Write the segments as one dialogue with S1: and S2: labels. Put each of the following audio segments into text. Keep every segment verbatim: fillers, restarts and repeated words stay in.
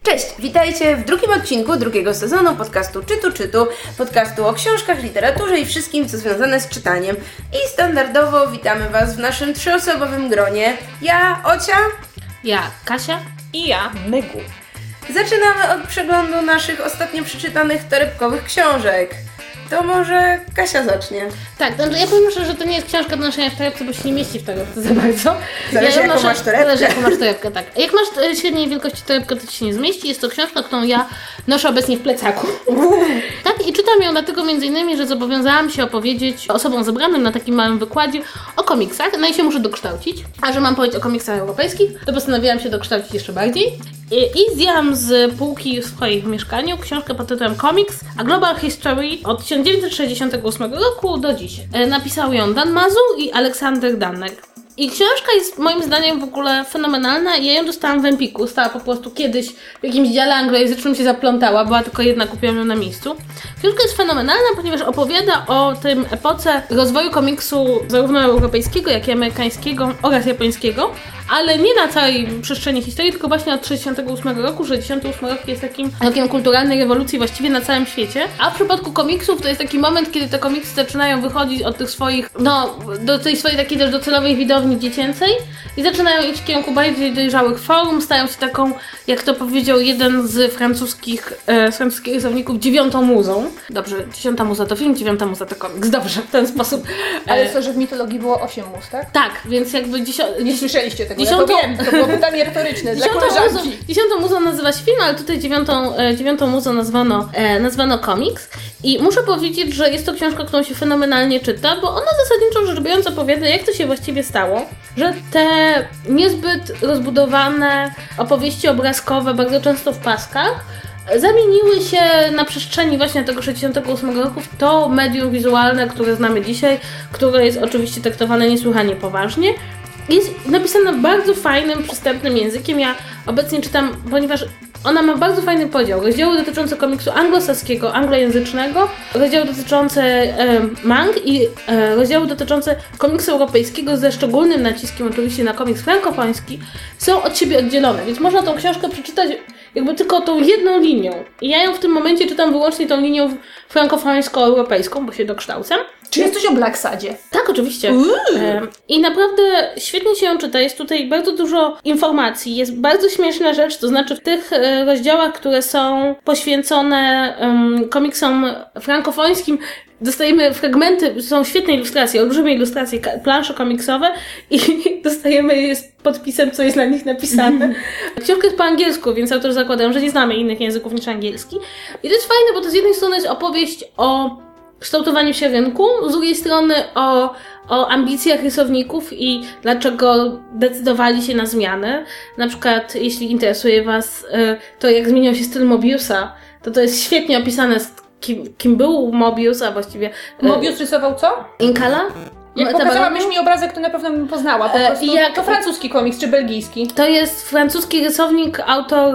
S1: Cześć, witajcie w drugim odcinku drugiego sezonu podcastu Czytu Czytu, podcastu o książkach, literaturze i wszystkim, co związane z czytaniem. I standardowo witamy Was w naszym trzyosobowym gronie. Ja, Ocia,
S2: ja, Kasia
S3: i ja, Mygu.
S1: Zaczynamy od przeglądu naszych ostatnio przeczytanych torebkowych książek. To może Kasia zacznie.
S2: Tak, to ja powiem szczerze, że to nie jest książka do noszenia w torebce, bo się nie mieści w torebce za bardzo.
S1: Zależy
S2: ja
S1: jaką
S2: noszę,
S1: masz torebkę.
S2: Zależy jaką masz torebkę, tak. Jak masz e, średniej wielkości torebkę, to ci się nie zmieści. Jest to książka, którą ja noszę obecnie w plecaku. Tak, i czytam ją dlatego między innymi, że zobowiązałam się opowiedzieć osobom zebranym na takim małym wykładzie o komiksach. No i się muszę dokształcić. A że mam powiedzieć o komiksach europejskich, to postanowiłam się dokształcić jeszcze bardziej. I, i zdjęłam z półki w swoim mieszkaniu książkę pod tytułem Comics, A Global History od tysiąc dziewięćset sześćdziesiątego ósmego roku do dziś. E, napisał ją Dan Mazu i Aleksander Danek. I książka jest moim zdaniem w ogóle fenomenalna. Ja ją dostałam w Empiku, stała po prostu kiedyś w jakimś dziale anglojęzycznym, się zaplątała, była tylko jedna, kupiłam ją na miejscu. Książka jest fenomenalna, ponieważ opowiada o tym epoce rozwoju komiksu zarówno europejskiego, jak i amerykańskiego oraz japońskiego, ale nie na całej przestrzeni historii, tylko właśnie od sześćdziesiątego ósmego roku. sześćdziesiąty ósmy rok jest takim rokiem kulturalnej rewolucji właściwie na całym świecie. A w przypadku komiksów to jest taki moment, kiedy te komiksy zaczynają wychodzić od tych swoich, no, do tej swojej takiej też docelowej widowni dziecięcej i zaczynają iść w kierunku bardziej dojrzałych form, stają się taką, jak to powiedział jeden z francuskich, e, z francuskich rysowników, dziewiątą muzą. Dobrze, dziesiąta muza to film, dziewiąta muza to komiks. Dobrze, w ten sposób. E,
S3: Ale to, że w mitologii było osiem mus, tak?
S2: Tak, więc jakby dziesiąta...
S3: Nie słyszeliście tego,
S2: dziesiątą...
S3: ja to wiem, to było pytanie retoryczne dla koleżanki.
S2: Muzą, dziesiątą muzą nazywa się film, ale tutaj dziewiątą, e, dziewiątą muzą nazwano, e, nazwano komiks. I muszę powiedzieć, że jest to książka, którą się fenomenalnie czyta, bo ona zasadniczo rzecz biorąc opowiada, jak to się właściwie stało, że te niezbyt rozbudowane opowieści obrazkowe, bardzo często w paskach, zamieniły się na przestrzeni właśnie tego sześćdziesiątego ósmego roku w to medium wizualne, które znamy dzisiaj, które jest oczywiście traktowane niesłychanie poważnie. Jest napisana bardzo fajnym, przystępnym językiem. Ja obecnie czytam, ponieważ ona ma bardzo fajny podział. Rozdziały dotyczące komiksu anglosaskiego, anglojęzycznego, rozdziały dotyczące e, mang i e, rozdziały dotyczące komiksu europejskiego ze szczególnym naciskiem oczywiście na komiks frankofoński są od siebie oddzielone, więc można tą książkę przeczytać jakby tylko tą jedną linią. I ja ją w tym momencie czytam wyłącznie tą linią frankofońsko-europejską, bo się dokształcam.
S3: Czy jest coś o Blacksadzie?
S2: Tak, oczywiście. E, I naprawdę świetnie się ją czyta. Jest tutaj bardzo dużo informacji. Jest bardzo śmieszna rzecz, to znaczy w tych e, rozdziałach, które są poświęcone um, komiksom frankofońskim, dostajemy fragmenty, są świetne ilustracje, olbrzymie ilustracje, plansze komiksowe i dostajemy je z podpisem, co jest na nich napisane. Książka jest po angielsku, więc autorzy zakładają, że nie znamy innych języków niż angielski. I to jest fajne, bo to z jednej strony jest opowieść o kształtowaniu się rynku, z drugiej strony o, o ambicjach rysowników i dlaczego decydowali się na zmiany. Na przykład, jeśli interesuje Was to, jak zmieniał się styl Mobiusa, to to jest świetnie opisane, kim, kim był Mobius, a właściwie...
S3: Mobius rysował co?
S2: Inkala?
S3: Jak pokazałabyś mi obrazek, to na pewno bym poznała. Po prostu jak... To francuski komiks czy belgijski?
S2: To jest francuski rysownik, autor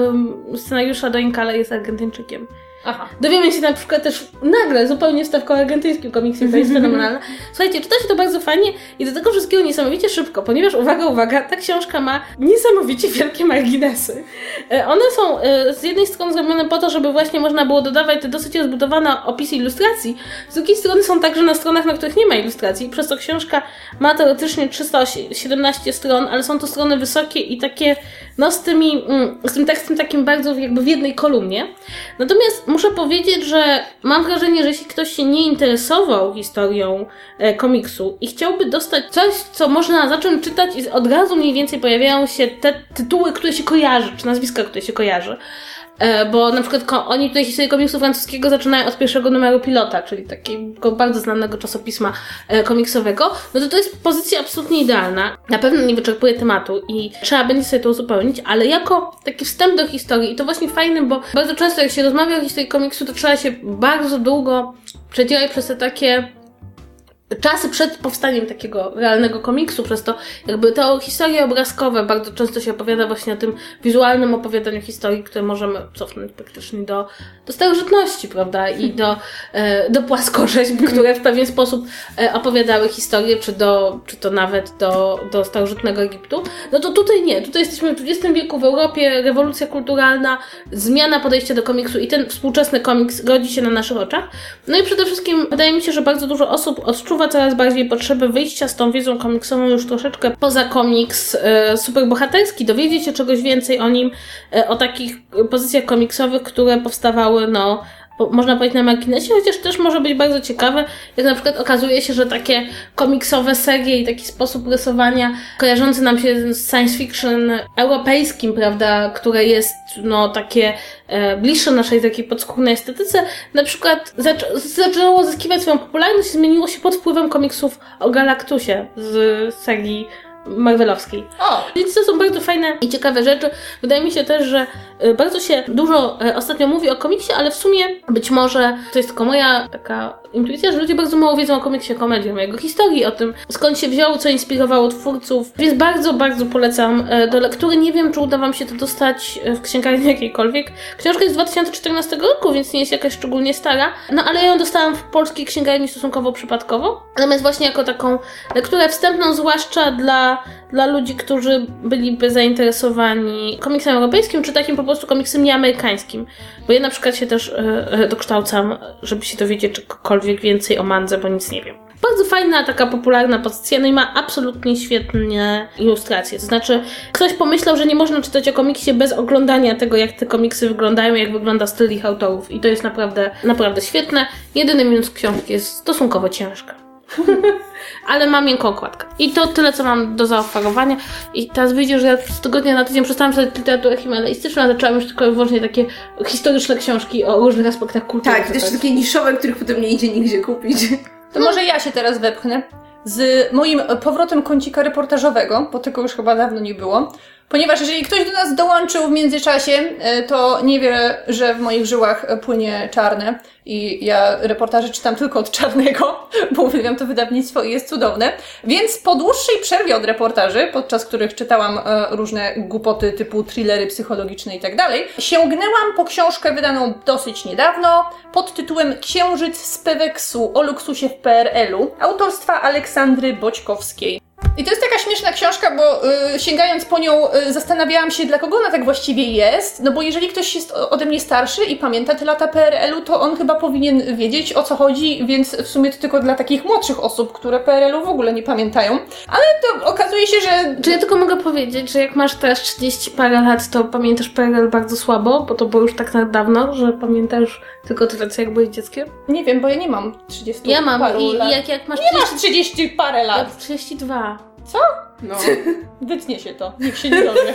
S2: e, scenariusza do Inkala jest Argentyńczykiem.
S3: Aha.
S2: Dowiemy się na przykład też nagle zupełnie wstawką o argentyńskim komiksie, to jest fenomenalne. Słuchajcie, czyta się to bardzo fajnie i do tego wszystkiego niesamowicie szybko, ponieważ uwaga, uwaga, ta książka ma niesamowicie wielkie marginesy. One są z jednej strony zrobione po to, żeby właśnie można było dodawać te dosyć rozbudowane opisy ilustracji, z drugiej strony są także na stronach, na których nie ma ilustracji, przez to książka ma teoretycznie trzysta siedemnaście stron, ale są to strony wysokie i takie, no z tymi, z tym tekstem takim bardzo jakby w jednej kolumnie. Natomiast muszę powiedzieć, że mam wrażenie, że jeśli ktoś się nie interesował historią e, komiksu i chciałby dostać coś, co można zacząć czytać i od razu mniej więcej pojawiają się te tytuły, które się kojarzy, czy nazwiska, które się kojarzy. E, bo na przykład ko- oni tutaj historię komiksu francuskiego zaczynają od pierwszego numeru Pilota, czyli takiego bardzo znanego czasopisma e, komiksowego, no to to jest pozycja absolutnie idealna. Na pewno nie wyczerpuje tematu i trzeba będzie sobie to uzupełnić, ale jako taki wstęp do historii i to właśnie fajne, bo bardzo często jak się rozmawia o historii komiksu, to trzeba się bardzo długo przedzierać przez te takie czasy przed powstaniem takiego realnego komiksu, przez to jakby te historie obrazkowe, bardzo często się opowiada właśnie o tym wizualnym opowiadaniu historii, które możemy cofnąć praktycznie do, do starożytności, prawda, i do, e, do płaskorzeźb, które w pewien sposób e, opowiadały historię, czy, do, czy to nawet do, do starożytnego Egiptu. No to tutaj nie, tutaj jesteśmy w dwudziestym wieku w Europie, rewolucja kulturalna, zmiana podejścia do komiksu i ten współczesny komiks rodzi się na naszych oczach. No i przede wszystkim wydaje mi się, że bardzo dużo osób odczuwa coraz bardziej potrzebę wyjścia z tą wiedzą komiksową już troszeczkę poza komiks e, superbohaterski, dowiedzieć się czegoś więcej o nim, e, o takich pozycjach komiksowych, które powstawały, no, po, można powiedzieć na marginesie, chociaż też może być bardzo ciekawe, jak na przykład okazuje się, że takie komiksowe serie i taki sposób rysowania kojarzący nam się z science fiction europejskim, prawda, które jest, no, takie e, bliższe naszej takiej podskórnej estetyce, na przykład zac- zaczęło zyskiwać swoją popularność i zmieniło się pod wpływem komiksów o Galactusie z serii marvelowskiej.
S3: O!
S2: Więc to są bardzo fajne i ciekawe rzeczy. Wydaje mi się też, że bardzo się dużo ostatnio mówi o komiksie, ale w sumie być może to jest tylko moja taka intuicja, że ludzie bardzo mało wiedzą o komiksie komedii, o jego historii, o tym, skąd się wziął, co inspirowało twórców. Więc bardzo, bardzo polecam do lektury. Nie wiem, czy uda wam się to dostać w księgarni jakiejkolwiek. Książka jest z dwa tysiące czternastego roku, więc nie jest jakaś szczególnie stara. No ale ja ją dostałam w polskiej księgarni stosunkowo przypadkowo. Natomiast właśnie jako taką lekturę wstępną, zwłaszcza dla, dla ludzi, którzy byliby zainteresowani komiksem europejskim, czy takim po prostu komiksem nieamerykańskim. Bo ja na przykład się też e, dokształcam, żeby się dowiedzieć czegokolwiek więcej o mandze, bo nic nie wiem. Bardzo fajna, taka popularna pozycja, no i ma absolutnie świetne ilustracje. To znaczy, ktoś pomyślał, że nie można czytać o komiksie bez oglądania tego, jak te komiksy wyglądają, jak wygląda styl ich autorów. I to jest naprawdę, naprawdę świetne. Jedyny minus książki jest stosunkowo ciężka. Ale mam miękką okładkę. I to tyle, co mam do zaoferowania. I teraz wyjdzie, że ja z tygodnia na tydzień przestałam czytać literaturę himalajstyczną, a zaczęłam już tylko i wyłącznie takie historyczne książki o różnych aspektach kultury.
S1: Tak, też takie niszowe, których potem nie idzie nigdzie kupić.
S3: To może ja się teraz wepchnę z moim powrotem kącika reportażowego, bo tego już chyba dawno nie było. Ponieważ jeżeli ktoś do nas dołączył w międzyczasie, to nie wie, że w moich żyłach płynie Czarne i ja reportaże czytam tylko od Czarnego, bo uwielbiam to wydawnictwo i jest cudowne. Więc po dłuższej przerwie od reportaży, podczas których czytałam różne głupoty typu thrillery psychologiczne i tak dalej, sięgnęłam po książkę wydaną dosyć niedawno pod tytułem Księżyc z Peweksu o luksusie w P R L-u autorstwa Aleksandry Boćkowskiej. I to jest taka śmieszna książka, bo y, sięgając po nią y, zastanawiałam się, dla kogo ona tak właściwie jest, no bo jeżeli ktoś jest ode mnie starszy i pamięta te lata P R L-u, to on chyba powinien wiedzieć, o co chodzi, więc w sumie to tylko dla takich młodszych osób, które P R L-u w ogóle nie pamiętają. Ale to okazuje się, że...
S2: Czy ja tylko mogę powiedzieć, że jak masz teraz trzydzieści parę lat, to pamiętasz P R L bardzo słabo, bo to było już tak dawno, że pamiętasz tylko tyle, co jak byłeś dzieckiem?
S3: Nie wiem, bo ja nie mam trzydziestu
S2: ja mam
S3: paru
S2: i,
S3: lat.
S2: i jak, jak masz
S3: nie trzydzieści... masz trzydzieści parę lat.
S2: Ja trzydzieści dwa.
S3: Co? No. Wytnie się to. Nikt się nie dowie.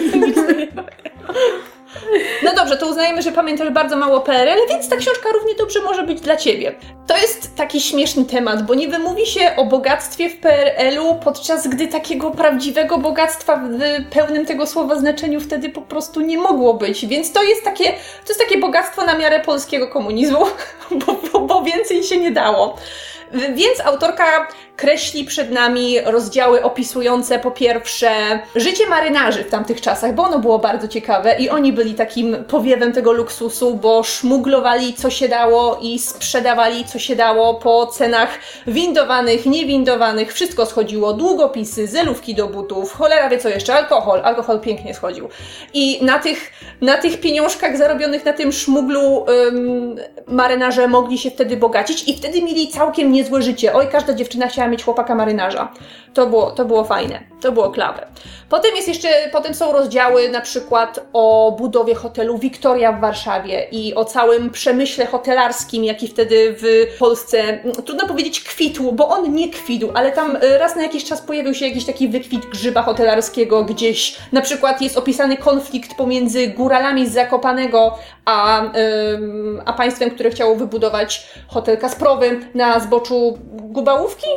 S3: No dobrze, to uznajemy, że pamiętasz bardzo mało P R L, więc ta książka równie dobrze może być dla Ciebie. To jest taki śmieszny temat, bo niby mówi się o bogactwie w P R L-u, podczas gdy takiego prawdziwego bogactwa w pełnym tego słowa znaczeniu wtedy po prostu nie mogło być. Więc to jest takie, to jest takie bogactwo na miarę polskiego komunizmu, bo, bo, bo więcej się nie dało. Więc autorka kreśli przed nami rozdziały opisujące po pierwsze życie marynarzy w tamtych czasach, bo ono było bardzo ciekawe i oni byli takim powiewem tego luksusu, bo szmuglowali co się dało i sprzedawali co się dało po cenach windowanych, niewindowanych, wszystko schodziło, długopisy, zelówki do butów, cholera wie co jeszcze, alkohol, alkohol pięknie schodził. I na tych, na tych pieniążkach zarobionych na tym szmuglu ym, marynarze mogli się wtedy bogacić i wtedy mieli całkiem niezłe życie. Oj, każda dziewczyna chciała mieć chłopaka marynarza. To było, to było fajne. To było klawe. Potem jest jeszcze, potem są rozdziały na przykład o budowie hotelu Wiktoria w Warszawie i o całym przemyśle hotelarskim, jaki wtedy w Polsce, trudno powiedzieć kwitł, bo on nie kwitł, ale tam raz na jakiś czas pojawił się jakiś taki wykwit grzyba hotelarskiego gdzieś. Na przykład jest opisany konflikt pomiędzy góralami z Zakopanego, a, ym, a państwem, które chciało wybudować hotel Kasprowy na zboczu Gubałówki?
S2: Tak.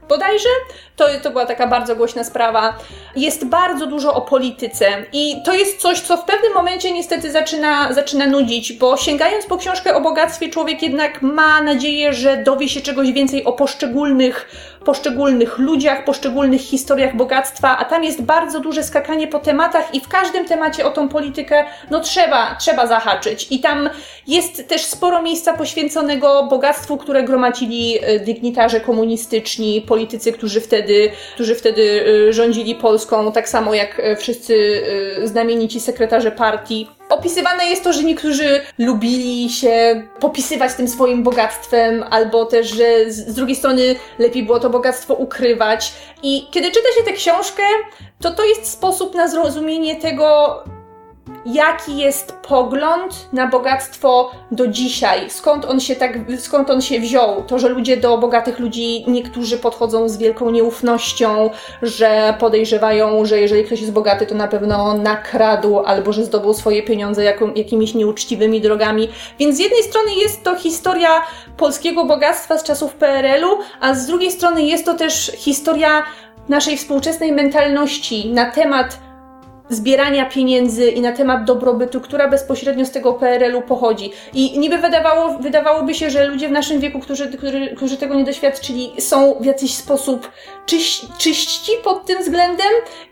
S3: bodajże. To, to była taka bardzo głośna sprawa. Jest bardzo dużo o polityce i to jest coś, co w pewnym momencie niestety zaczyna, zaczyna nudzić, bo sięgając po książkę o bogactwie, człowiek jednak ma nadzieję, że dowie się czegoś więcej o poszczególnych, poszczególnych ludziach, poszczególnych historiach bogactwa, a tam jest bardzo duże skakanie po tematach i w każdym temacie o tą politykę no trzeba, trzeba zahaczyć. I tam jest też sporo miejsca poświęconego bogactwu, które gromadzili dygnitarze komunistyczni, politycy, którzy wtedy, którzy wtedy rządzili Polską, tak samo jak wszyscy znamienici sekretarze partii. Opisywane jest to, że niektórzy lubili się popisywać tym swoim bogactwem, albo też, że z drugiej strony lepiej było to bogactwo ukrywać. I kiedy czyta się tę książkę, to to jest sposób na zrozumienie tego, jaki jest pogląd na bogactwo do dzisiaj, skąd on się tak, skąd on się wziął. To, że ludzie do bogatych ludzi, niektórzy podchodzą z wielką nieufnością, że podejrzewają, że jeżeli ktoś jest bogaty, to na pewno nakradł, albo że zdobył swoje pieniądze jaką, jakimiś nieuczciwymi drogami. Więc z jednej strony jest to historia polskiego bogactwa z czasów P R L u, a z drugiej strony jest to też historia naszej współczesnej mentalności na temat zbierania pieniędzy i na temat dobrobytu, która bezpośrednio z tego P R L u pochodzi. I niby wydawało, wydawałoby się, że ludzie w naszym wieku, którzy, którzy, którzy tego nie doświadczyli, są w jakiś sposób czyś, czyści pod tym względem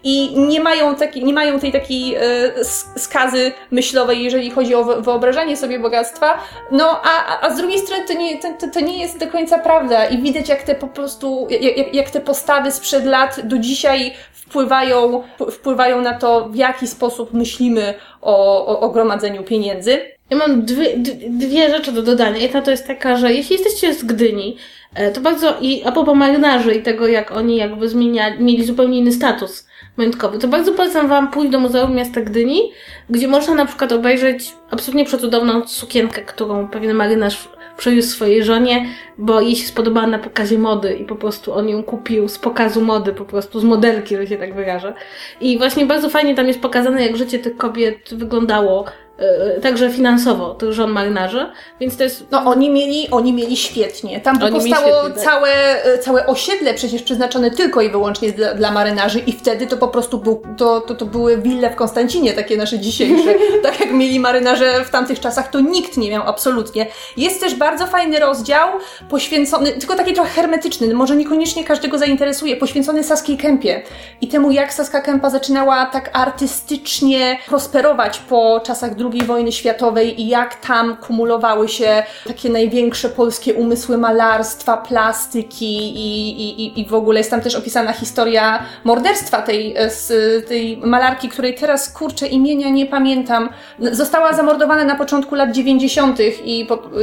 S3: i nie mają, taki, nie mają tej takiej e, skazy myślowej, jeżeli chodzi o wyobrażanie sobie bogactwa. No, a, a z drugiej strony to nie, to, to nie jest do końca prawda i widać, jak te po prostu, jak, jak te postawy sprzed lat do dzisiaj wpływają, wpływają na to, w jaki sposób myślimy o, o, o gromadzeniu pieniędzy.
S2: Ja mam dwie, dwie rzeczy do dodania. Jedna to jest taka, że jeśli jesteście z Gdyni, to bardzo, i a propos marynarzy i tego, jak oni jakby zmieniali, mieli zupełnie inny status majątkowy, to bardzo polecam wam pójść do Muzeum Miasta Gdyni, gdzie można na przykład obejrzeć absolutnie przecudowną sukienkę, którą pewien marynarz przywiózł swojej żonie, bo jej się spodobała na pokazie mody i po prostu on ją kupił z pokazu mody, po prostu z modelki, że się tak wyrażę. I właśnie bardzo fajnie tam jest pokazane, jak życie tych kobiet wyglądało, yy, także finansowo, tych żon marynarzy, więc to jest...
S3: No oni mieli, oni mieli świetnie. Tam by powstało świetnie, całe, tak. całe osiedle przecież przeznaczone tylko i wyłącznie dla, dla marynarzy i wtedy to po prostu był, to, to, to były wille w Konstancinie, takie nasze dzisiejsze. Tak jak mieli marynarze w tamtych czasach, to nikt nie miał absolutnie. Jest też bardzo fajny rozdział poświęcony, tylko taki trochę hermetyczny, może niekoniecznie każdego zainteresuje, poświęcony Saskiej Kępie i temu, jak Saska Kępa zaczynała tak artystycznie prosperować po czasach drugiej wojny światowej i jak tam kumulowały się takie największe polskie umysły malarstwa, plastyki i, i, i w ogóle jest tam też opisana historia morderstwa tej, z, tej malarki, której teraz, kurczę, imienia nie pamiętam. Została zamordowana na początku lat dziewięćdziesiątych i,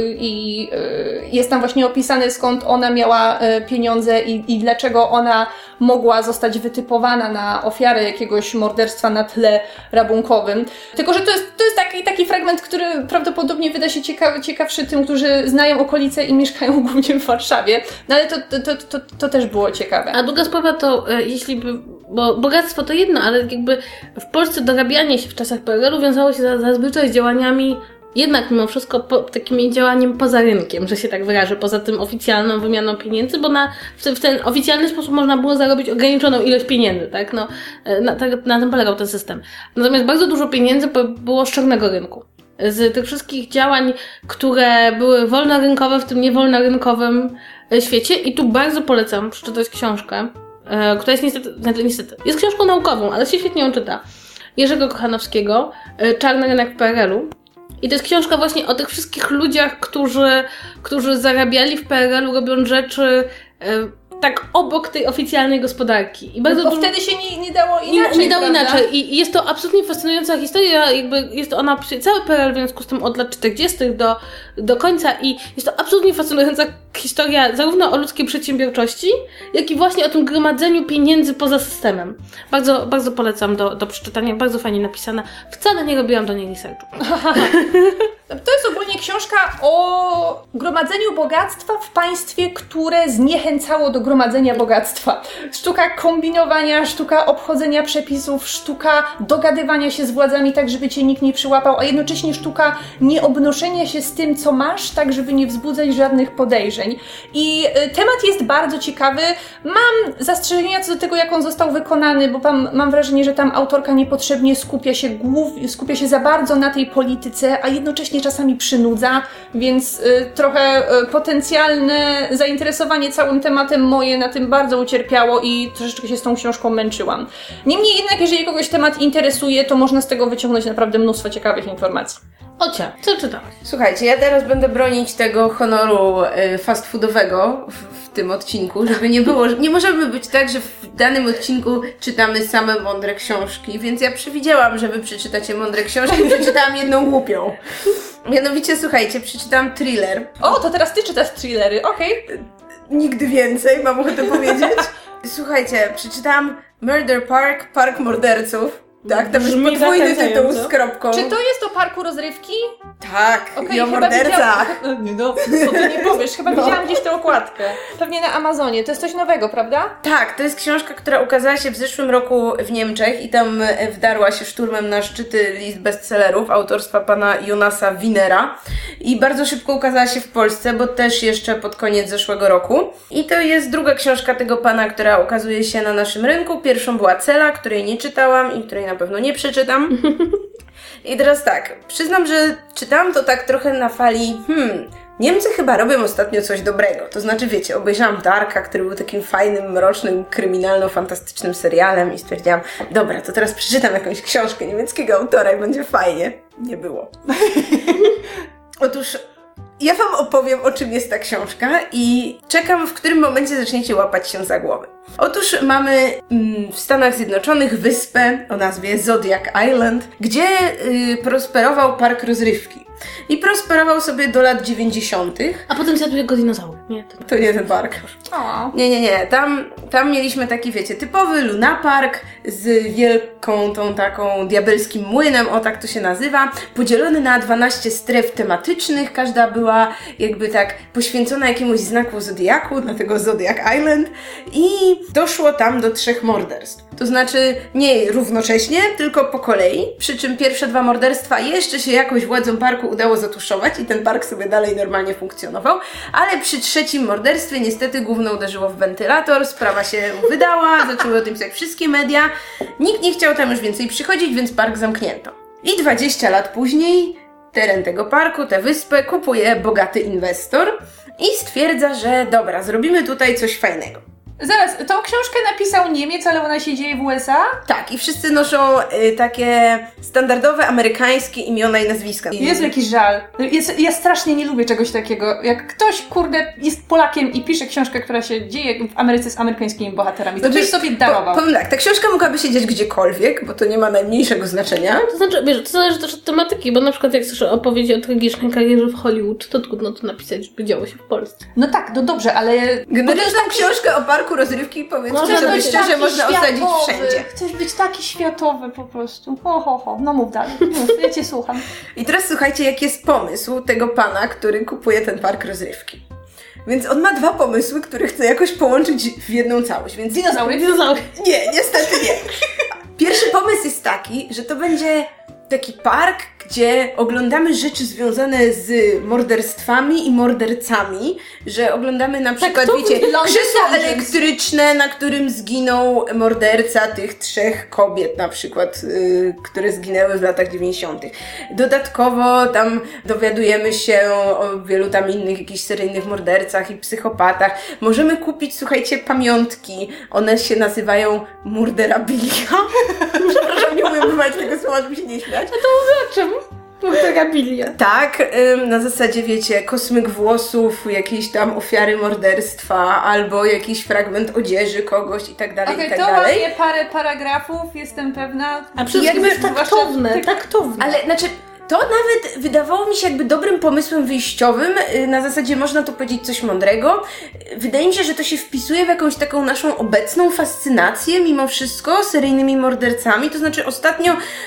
S3: i jest tam właśnie opisane, skąd ona miała pieniądze i, i dlaczego ona mogła zostać wytypowana na ofiarę jakiegoś morderstwa na tle rabunkowym. Tylko, że to jest, to jest taki, taki fragment, który prawdopodobnie wyda się ciekaw, ciekawszy tym, którzy znają okolice i mieszkają głównie w Warszawie. No ale to, to, to, to, to też było ciekawe.
S2: A druga sprawa to, e, jeśli by, bo bogactwo to jedno, ale jakby w Polsce dorabianie się w czasach P R L u wiązało się za, zazwyczaj z działaniami jednak mimo wszystko po, takim działaniem poza rynkiem, że się tak wyrażę, poza tym oficjalną wymianą pieniędzy, bo na, w, ten, w ten oficjalny sposób można było zarobić ograniczoną ilość pieniędzy, tak? No, na, tak, na tym polegał ten system. Natomiast bardzo dużo pieniędzy było z czarnego rynku. Z tych wszystkich działań, które były wolnorynkowe w tym niewolnorynkowym świecie i tu bardzo polecam przeczytać książkę, która jest niestety, niestety, jest książką naukową, ale się świetnie ją czyta. Jerzego Kochanowskiego, Czarny rynek w P R L u. I to jest książka właśnie o tych wszystkich ludziach, którzy, którzy zarabiali w P R L u, robiąc rzeczy e, tak obok tej oficjalnej gospodarki. I bardzo
S3: no bo
S2: dużo...
S3: wtedy się nie, nie dało inaczej,
S2: Nie, nie dało
S3: prawda?
S2: inaczej. I jest to absolutnie fascynująca historia. Jakby jest ona cały P R L w związku z tym od lat czterdziestych do, do końca i jest to absolutnie fascynująca historia zarówno o ludzkiej przedsiębiorczości, jak i właśnie o tym gromadzeniu pieniędzy poza systemem. Bardzo, bardzo polecam do, do przeczytania. Bardzo fajnie napisana. Wcale nie robiłam do niej researchu.
S3: To jest ogólnie książka o gromadzeniu bogactwa w państwie, które zniechęcało do gromadzenia bogactwa. Sztuka kombinowania, sztuka obchodzenia przepisów, sztuka dogadywania się z władzami tak, żeby cię nikt nie przyłapał, a jednocześnie sztuka nieobnoszenia się z tym, co masz, tak, żeby nie wzbudzać żadnych podejrzeń. I temat jest bardzo ciekawy. Mam zastrzeżenia co do tego, jak on został wykonany, bo mam, mam wrażenie, że tam autorka niepotrzebnie skupia się, głów, skupia się za bardzo na tej polityce, a jednocześnie czasami przynudza, więc y, trochę y, potencjalne zainteresowanie całym tematem moje na tym bardzo ucierpiało i troszeczkę się z tą książką męczyłam. Niemniej jednak, jeżeli kogoś temat interesuje, to można z tego wyciągnąć naprawdę mnóstwo ciekawych informacji.
S2: Ocia, co czytałaś?
S1: Słuchajcie, ja teraz będę bronić tego honoru y, fast foodowego w, w tym odcinku, żeby nie było, nie możemy być tak, że w danym odcinku czytamy same mądre książki, więc ja przewidziałam, że wy przeczytacie mądre książki i przeczytałam jedną głupią. Mianowicie, słuchajcie, przeczytałam thriller.
S3: O, to teraz ty czytasz thrillery, okej. Okay.
S1: Nigdy więcej, mam ochotę powiedzieć. Słuchajcie, przeczytałam Murder Park, Park Morderców. Tak, to jest podwójny tytuł z kropką.
S3: Czy to jest o parku rozrywki?
S1: Tak,
S3: okay,
S1: i o mordercach.
S3: Nie no, co ty nie powiesz, chyba no. Widziałam gdzieś tę okładkę. Pewnie na Amazonie, to jest coś nowego, prawda?
S1: Tak, to jest książka, która ukazała się w zeszłym roku w Niemczech i tam wdarła się szturmem na szczyty list bestsellerów autorstwa pana Jonasa Wienera i bardzo szybko ukazała się w Polsce, bo też jeszcze pod koniec zeszłego roku. I to jest druga książka tego pana, która ukazuje się na naszym rynku. Pierwszą była Cela, której nie czytałam i której na pewno nie przeczytam. I teraz tak, przyznam, że czytałam to tak trochę na fali, hmm, Niemcy chyba robią ostatnio coś dobrego. To znaczy, wiecie, obejrzałam Darka, który był takim fajnym, mrocznym, kryminalno-fantastycznym serialem i stwierdziłam, dobra, to teraz przeczytam jakąś książkę niemieckiego autora i będzie fajnie. Nie było. Otóż ja wam opowiem, o czym jest ta książka i czekam, w którym momencie zaczniecie łapać się za głowę. Otóż mamy mm, w Stanach Zjednoczonych wyspę o nazwie Zodiac Island, gdzie y, prosperował park rozrywki. I prosperował sobie do lat dziewięćdziesiątych.
S2: A potem zjadł jego dinozaury. Nie, to...
S1: to nie ten park.
S3: O.
S1: Nie, nie, nie. Tam, tam mieliśmy taki, wiecie, typowy lunapark z wielką tą taką diabelskim młynem, o tak to się nazywa, podzielony na dwanaście stref tematycznych. Każda była jakby tak poświęcona jakiemuś znaku zodiaku, dlatego Zodiac Island. I doszło tam do trzech morderstw. To znaczy nie równocześnie, tylko po kolei. Przy czym pierwsze dwa morderstwa jeszcze się jakoś władzom parku udało zatuszować i ten park sobie dalej normalnie funkcjonował. Ale przy trzecim morderstwie niestety gówno uderzyło w wentylator, sprawa się wydała, zaczęły o tym pisać wszystkie media. Nikt nie chciał tam już więcej przychodzić, więc park zamknięto. I dwadzieścia lat później teren tego parku, tę wyspę kupuje bogaty inwestor i stwierdza, że dobra, zrobimy tutaj coś fajnego.
S3: Zaraz, tą książkę napisał Niemiec, ale ona się dzieje w U S A?
S1: Tak, i wszyscy noszą y, takie standardowe amerykańskie imiona i nazwiska.
S3: Jest jakiś żal. Jest, ja strasznie nie lubię czegoś takiego. Jak ktoś, kurde, jest Polakiem i pisze książkę, która się dzieje w Ameryce z amerykańskimi bohaterami, to byś sobie darował.
S1: Po, powiem tak, ta książka mogłaby się dziać gdziekolwiek, bo to nie ma najmniejszego znaczenia.
S2: To znaczy, wiesz, to zależy też od tematyki, bo na przykład jak chcesz opowiedzieć o tragicznej karierze w Hollywood, to trudno to napisać, żeby działo się w Polsce.
S3: No tak, no dobrze, ale...
S1: Generalnie tą książkę o parku rozrywki, powiedzmy sobie szczerze, można osadzić wszędzie.
S3: Chcesz być taki światowy po prostu. Ho, ho, ho. No mów dalej. Mów, ja cię słucham.
S1: I teraz słuchajcie, jaki jest pomysł tego pana, który kupuje ten park rozrywki. Więc on ma dwa pomysły, które chce jakoś połączyć w jedną całość. Więc
S3: dinozaury, dinozaury.
S1: Nie, niestety nie. Pierwszy pomysł jest taki, że to będzie taki park, gdzie oglądamy rzeczy związane z morderstwami i mordercami, że oglądamy na przykład,
S3: tak,
S1: wiecie, krzesło elektryczne, na którym zginął morderca tych trzech kobiet na przykład, yy, które zginęły w latach dziewięćdziesiątych. Dodatkowo tam dowiadujemy się o wielu tam innych jakichś seryjnych mordercach i psychopatach. Możemy kupić, słuchajcie, pamiątki. One się nazywają murderabilia. Przepraszam, nie umiem wymawiać tego słowa, żeby się nie śmiać.
S2: A to mówię o czym? Murderabilia.
S1: Tak, ym, na zasadzie, wiecie, kosmyk włosów, jakieś tam ofiary morderstwa, albo jakiś fragment odzieży kogoś i tak dalej,
S3: okay,
S1: i tak
S3: to
S1: dalej.
S3: to ładnie parę paragrafów, jestem pewna.
S2: A przede wszystkim jest taktowne,
S3: zwłaszcza...
S2: taktowne.
S1: Ale, znaczy, to nawet wydawało mi się jakby dobrym pomysłem wyjściowym, na zasadzie można tu powiedzieć coś mądrego. Wydaje mi się, że to się wpisuje w jakąś taką naszą obecną fascynację mimo wszystko seryjnymi mordercami, to znaczy ostatnio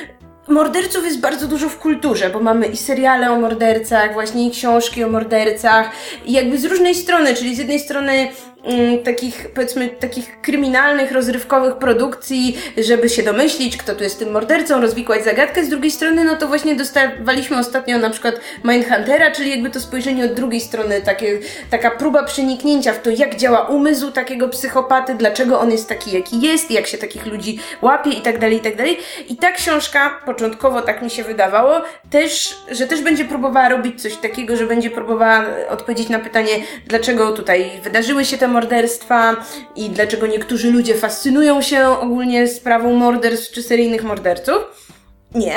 S1: morderców jest bardzo dużo w kulturze, bo mamy i seriale o mordercach, właśnie i książki o mordercach i jakby z różnej strony, czyli z jednej strony mm, takich, powiedzmy, takich kryminalnych, rozrywkowych produkcji, żeby się domyślić, kto tu jest tym mordercą, rozwikłać zagadkę, z drugiej strony, no to właśnie dostawaliśmy ostatnio na przykład Mindhuntera, czyli jakby to spojrzenie od drugiej strony, takie, taka próba przeniknięcia w to, jak działa umysł takiego psychopaty, dlaczego on jest taki, jaki jest, jak się takich ludzi łapie i tak dalej, i tak dalej. I ta książka, początkowo tak mi się wydawało, też, że też będzie próbowała robić coś takiego, że będzie próbowała odpowiedzieć na pytanie, dlaczego tutaj wydarzyły się te morderstwa i dlaczego niektórzy ludzie fascynują się ogólnie sprawą morderstw czy seryjnych morderców. Nie.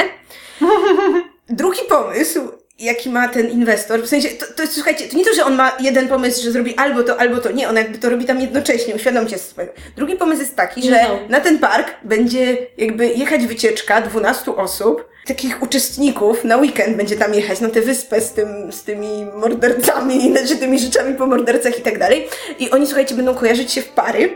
S1: Drugi pomysł, jaki ma ten inwestor, w sensie, to, to jest, słuchajcie, to nie to, że on ma jeden pomysł, że zrobi albo to, albo to, nie, on jakby to robi tam jednocześnie, uświadomcie sobie. Drugi pomysł jest taki, że no. na ten park będzie jakby jechać wycieczka dwunastu osób, takich uczestników, na weekend będzie tam jechać, na tę wyspę z tym, z tymi mordercami, znaczy tymi rzeczami po mordercach i tak dalej. I oni, słuchajcie, będą kojarzyć się w pary.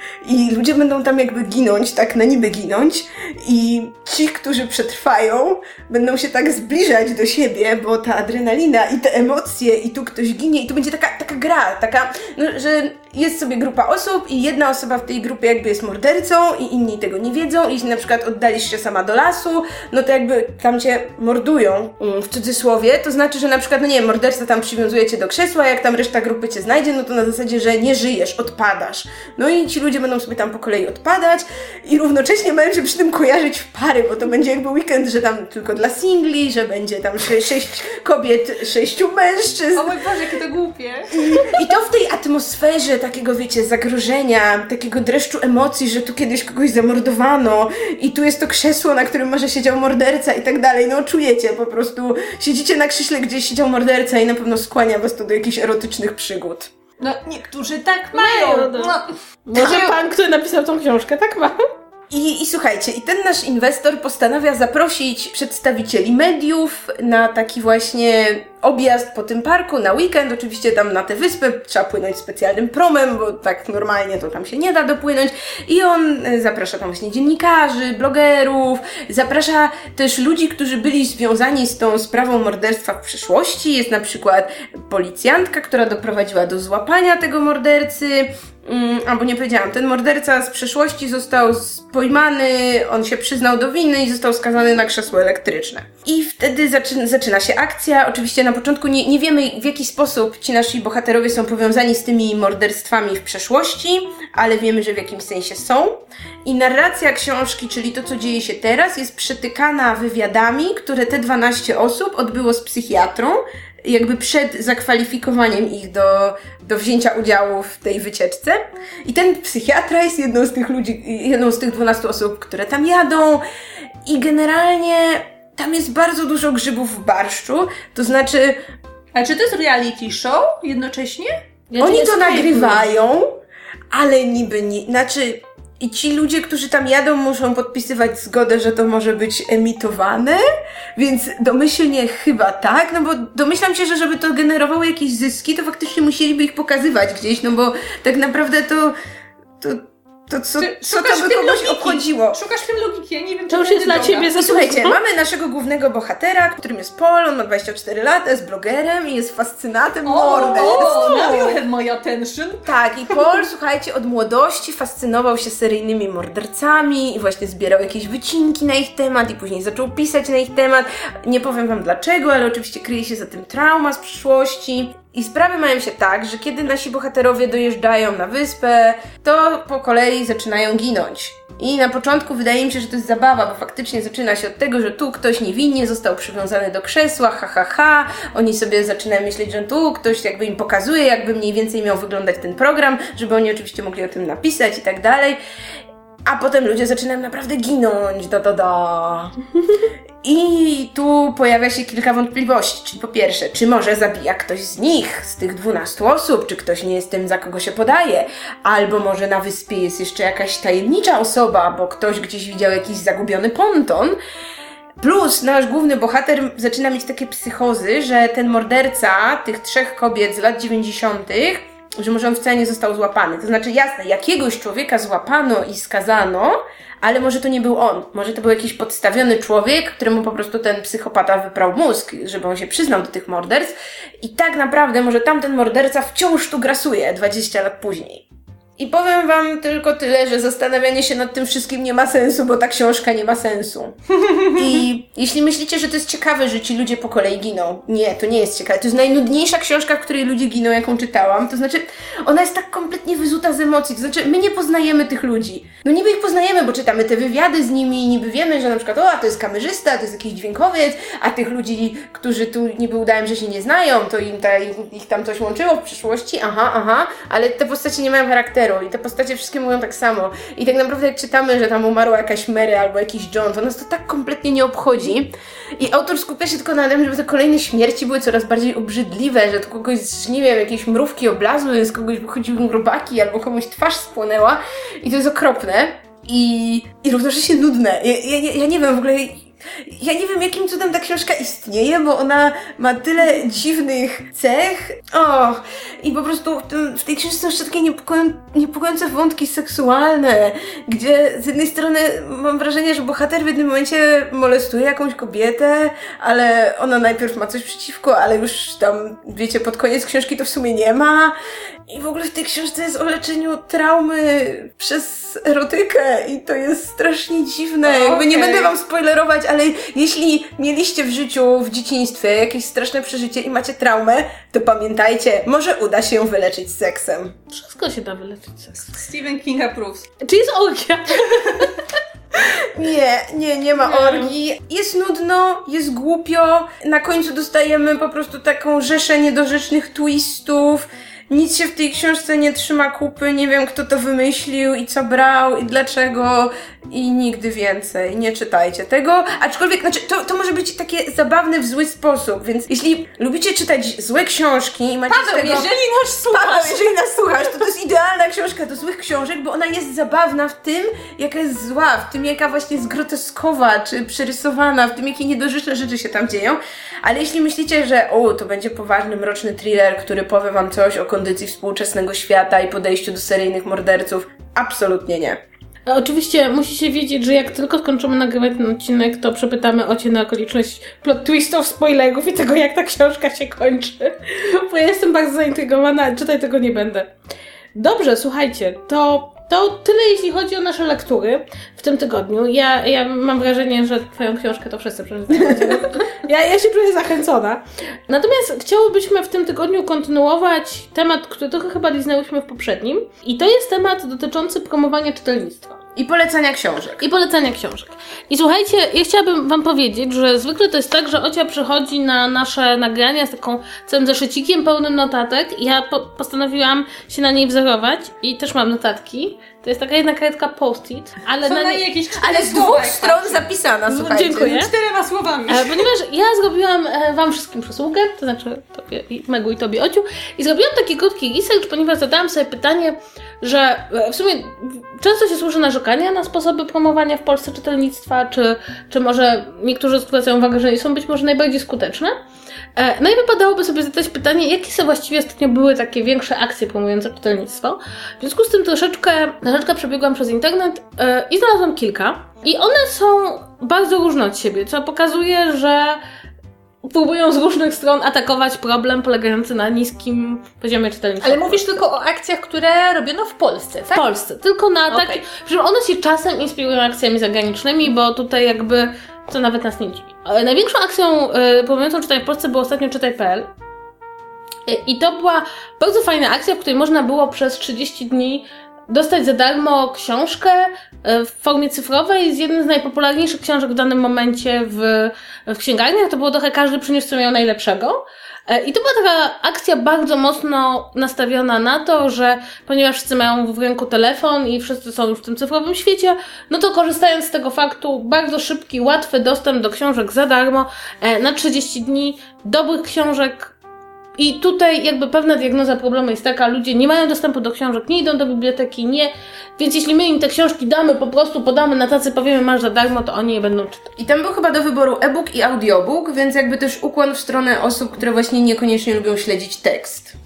S1: I ludzie będą tam jakby ginąć, tak na niby ginąć i ci, którzy przetrwają, będą się tak zbliżać do siebie, bo ta adrenalina i te emocje i tu ktoś ginie i tu będzie taka, taka gra, taka, no, że jest sobie grupa osób i jedna osoba w tej grupie jakby jest mordercą i inni tego nie wiedzą i jeśli na przykład oddalisz się sama do lasu, no to jakby tam cię mordują, w cudzysłowie, to znaczy, że na przykład, no nie wiem, morderca tam przywiązuje cię do krzesła, jak tam reszta grupy cię znajdzie, no to na zasadzie, że nie żyjesz, odpadasz. No i ci ludzie będą sobie tam po kolei odpadać i równocześnie mają się przy tym kojarzyć w pary, bo to będzie jakby weekend, że tam tylko dla singli, że będzie tam sze- sześć kobiet, sześciu mężczyzn.
S3: O mój Boże, jakie to głupie.
S1: I, I to w tej atmosferze takiego, wiecie, zagrożenia, takiego dreszczu emocji, że tu kiedyś kogoś zamordowano i tu jest to krzesło, na którym może siedział morderca i tak dalej. No czujecie, po prostu siedzicie na krześle, gdzie siedział morderca i na pewno skłania was to do jakichś erotycznych przygód.
S3: No, niektórzy tak mają.
S2: No,
S3: no.
S2: Może pan, który napisał tą książkę, tak ma.
S1: I, I słuchajcie, i ten nasz inwestor postanawia zaprosić przedstawicieli mediów na taki właśnie objazd po tym parku na weekend. Oczywiście tam na tę wyspę trzeba płynąć specjalnym promem, bo tak normalnie to tam się nie da dopłynąć. I on zaprasza tam właśnie dziennikarzy, blogerów, zaprasza też ludzi, którzy byli związani z tą sprawą morderstwa w przeszłości. Jest na przykład policjantka, która doprowadziła do złapania tego mordercy. Um, albo nie powiedziałam, ten morderca z przeszłości został pojmany, on się przyznał do winy i został skazany na krzesło elektryczne. I wtedy zaczyna, zaczyna się akcja. Oczywiście na początku nie, nie wiemy, w jaki sposób ci nasi bohaterowie są powiązani z tymi morderstwami w przeszłości, ale wiemy, że w jakimś sensie są. I narracja książki, czyli to, co dzieje się teraz, jest przetykana wywiadami, które te dwanaście osób odbyło z psychiatrą, jakby przed zakwalifikowaniem ich do, do wzięcia udziału w tej wycieczce. I ten psychiatra jest jedną z tych ludzi, jedną z tych dwunastu osób, które tam jadą. I generalnie tam jest bardzo dużo grzybów w barszczu. To znaczy...
S3: Ale czy to jest reality show jednocześnie?
S1: Ja oni to nagrywają, ale niby nie... Znaczy... I ci ludzie, którzy tam jadą, muszą podpisywać zgodę, że to może być emitowane, więc domyślnie chyba tak, no bo domyślam się, że żeby to generowało jakieś zyski, to faktycznie musieliby ich pokazywać gdzieś, no bo tak naprawdę to... to To co, co to by kogoś logiki. obchodziło?
S3: Szukasz w tym logiki, ja nie wiem,
S2: to już jest dla ciebie za
S1: Słuchajcie, mamy naszego głównego bohatera, którym jest Paul, on ma dwadzieścia cztery lata, jest blogerem i jest fascynatem morderstw.
S3: O, now you have my attention.
S1: Tak, i Paul, słuchajcie, od młodości fascynował się seryjnymi mordercami i właśnie zbierał jakieś wycinki na ich temat i później zaczął pisać na ich temat. Nie powiem wam dlaczego, ale oczywiście kryje się za tym trauma z przeszłości. I sprawy mają się tak, że kiedy nasi bohaterowie dojeżdżają na wyspę, to po kolei zaczynają ginąć. I na początku wydaje mi się, że to jest zabawa, bo faktycznie zaczyna się od tego, że tu ktoś niewinnie został przywiązany do krzesła, ha, ha, ha. Oni sobie zaczynają myśleć, że tu ktoś jakby im pokazuje, jakby mniej więcej miał wyglądać ten program, żeby oni oczywiście mogli o tym napisać i tak dalej. A potem ludzie zaczynają naprawdę ginąć, da, da, da. I tu pojawia się kilka wątpliwości, czyli po pierwsze, czy może zabija ktoś z nich, z tych dwunastu osób, czy ktoś nie jest tym, za kogo się podaje, albo może na wyspie jest jeszcze jakaś tajemnicza osoba, bo ktoś gdzieś widział jakiś zagubiony ponton. Plus nasz główny bohater zaczyna mieć takie psychozy, że ten morderca tych trzech kobiet z lat dziewięćdziesiątych że może on wcale nie został złapany. To znaczy, jasne, jakiegoś człowieka złapano i skazano, ale może to nie był on. Może to był jakiś podstawiony człowiek, któremu po prostu ten psychopata wyprał mózg, żeby on się przyznał do tych morderstw. I tak naprawdę może tamten morderca wciąż tu grasuje dwadzieścia lat później. I powiem wam tylko tyle, że zastanawianie się nad tym wszystkim nie ma sensu, bo ta książka nie ma sensu. I jeśli myślicie, że to jest ciekawe, że ci ludzie po kolei giną, nie, to nie jest ciekawe. To jest najnudniejsza książka, w której ludzie giną, jaką czytałam. To znaczy, ona jest tak kompletnie wyzuta z emocji. To znaczy, my nie poznajemy tych ludzi. No niby ich poznajemy, bo czytamy te wywiady z nimi i niby wiemy, że na przykład, o, a to jest kamerzysta, to jest jakiś dźwiękowiec, a tych ludzi, którzy tu niby udają, że się nie znają, to im ta, ich, ich tam coś łączyło w przyszłości, aha, aha, ale te postacie nie mają charakteru. I te postacie wszystkie mówią tak samo. I tak naprawdę jak czytamy, że tam umarła jakaś Mary albo jakiś John, to nas to tak kompletnie nie obchodzi. I autor skupia się tylko na tym, żeby te kolejne śmierci były coraz bardziej obrzydliwe, że to kogoś, nie wiem, jakieś mrówki oblazły, z kogoś wychodziły robaki albo komuś twarz spłonęła. I to jest okropne. I, i równocześnie nudne. Ja, ja, ja nie wiem w ogóle... Ja nie wiem, jakim cudem ta książka istnieje, bo ona ma tyle dziwnych cech. O, i po prostu w, tym, w tej książce są jeszcze takie niepokoją, niepokojące wątki seksualne, gdzie z jednej strony mam wrażenie, że bohater w jednym momencie molestuje jakąś kobietę, ale ona najpierw ma coś przeciwko, ale już tam, wiecie, pod koniec książki to w sumie nie ma. I w ogóle w tej książce jest o leczeniu traumy przez erotykę i to jest strasznie dziwne.
S3: Okay.
S1: Jakby nie będę wam spoilerować, ale jeśli mieliście w życiu, w dzieciństwie jakieś straszne przeżycie i macie traumę, to pamiętajcie, może uda się ją wyleczyć seksem.
S2: Wszystko się da wyleczyć seksem.
S3: Stephen King approves.
S2: Czy jest orgia?
S1: Nie, nie, nie ma orgii. Jest nudno, jest głupio. Na końcu dostajemy po prostu taką rzeszę niedorzecznych twistów. Nic się w tej książce nie trzyma kupy, nie wiem kto to wymyślił i co brał i dlaczego i nigdy więcej. Nie czytajcie tego, aczkolwiek, znaczy to, to może być takie zabawne w zły sposób, więc jeśli lubicie czytać złe książki i macie
S3: Paweł,
S1: z tego...
S3: jeżeli nas słuchasz!
S1: Paweł, jeżeli nas słuchasz, to to jest idealna książka do złych książek, bo ona jest zabawna w tym, jaka jest zła, w tym jaka właśnie jest groteskowa, czy przerysowana, w tym jakie niedorzeczne rzeczy się tam dzieją, ale jeśli myślicie, że o, to będzie poważny, mroczny thriller, który powie wam coś o kondycji współczesnego świata i podejściu do seryjnych morderców, absolutnie nie.
S2: A oczywiście musicie wiedzieć, że jak tylko skończymy nagrywać ten odcinek, to przepytamy Ocię na okoliczność plot twistów, spoilerów i tego, jak ta książka się kończy. Bo ja jestem bardzo zaintrygowana, ale czytać tego nie będę. Dobrze, słuchajcie, to, to tyle jeśli chodzi o nasze lektury w tym tygodniu. Ja, ja mam wrażenie, że twoją książkę to wszyscy przeczytają. Ja, ja się czuję zachęcona. Natomiast chciałybyśmy w tym tygodniu kontynuować temat, który trochę chyba liznęłyśmy w poprzednim. I to jest temat dotyczący promowania czytelnictwa.
S1: I polecania książek.
S2: I polecania książek. I słuchajcie, ja chciałabym wam powiedzieć, że zwykle to jest tak, że Ocia przychodzi na nasze nagrania z taką całym zeszycikiem pełnym notatek. Ja po- postanowiłam się na niej wzorować i też mam notatki. To jest taka jedna kartka post-it, ale
S3: Są
S2: na
S3: na
S2: niej...
S3: niej jakieś
S1: Ale z dwóch stron zapisana, słuchajcie.
S2: Dziękuję.
S3: Czterema słowami.
S2: E, ponieważ ja zrobiłam e, wam wszystkim przysługę, to znaczy tobie, i Megu i tobie, Ociu, i zrobiłam taki krótki research, ponieważ zadałam sobie pytanie, że e, w sumie często się służy narzekania na sposoby promowania w Polsce czytelnictwa, czy, czy może niektórzy zwracają uwagę, że nie są być może najbardziej skuteczne. E, no i wypadałoby sobie zadać pytanie, jakie są właściwie ostatnio były takie większe akcje promujące czytelnictwo. W związku z tym troszeczkę, troszeczkę przebiegłam przez internet e, i znalazłam kilka. I one są bardzo różne od siebie, co pokazuje, że próbują z różnych stron atakować problem polegający na niskim poziomie czytelnictwa.
S3: Ale mówisz tylko o akcjach, które robiono w Polsce,
S2: W
S3: tak?
S2: Polsce, tylko na
S3: Okej.
S2: takie, że one się czasem inspirują akcjami zagranicznymi, bo tutaj jakby, co nawet nas nie dziwi. E, Największą akcją e, promującą czytanie w Polsce było ostatnio czytaj kropka pe el. E, I to była bardzo fajna akcja, w której można było przez trzydzieści dni dostać za darmo książkę w formie cyfrowej z jednym z najpopularniejszych książek w danym momencie w, w księgarniach. To było trochę każdy przyniósł co miał najlepszego. I to była taka akcja bardzo mocno nastawiona na to, że ponieważ wszyscy mają w ręku telefon i wszyscy są już w tym cyfrowym świecie, no to korzystając z tego faktu, bardzo szybki, łatwy dostęp do książek za darmo na trzydzieści dni, dobrych książek. I tutaj jakby pewna diagnoza problemu jest taka, ludzie nie mają dostępu do książek, nie idą do biblioteki, nie, więc jeśli my im te książki damy, po prostu podamy na tacy, powiemy masz za darmo, to oni je będą czytać.
S1: I tam był chyba do wyboru e-book i audiobook, więc jakby też ukłon w stronę osób, które właśnie niekoniecznie lubią śledzić tekst.
S2: Tak.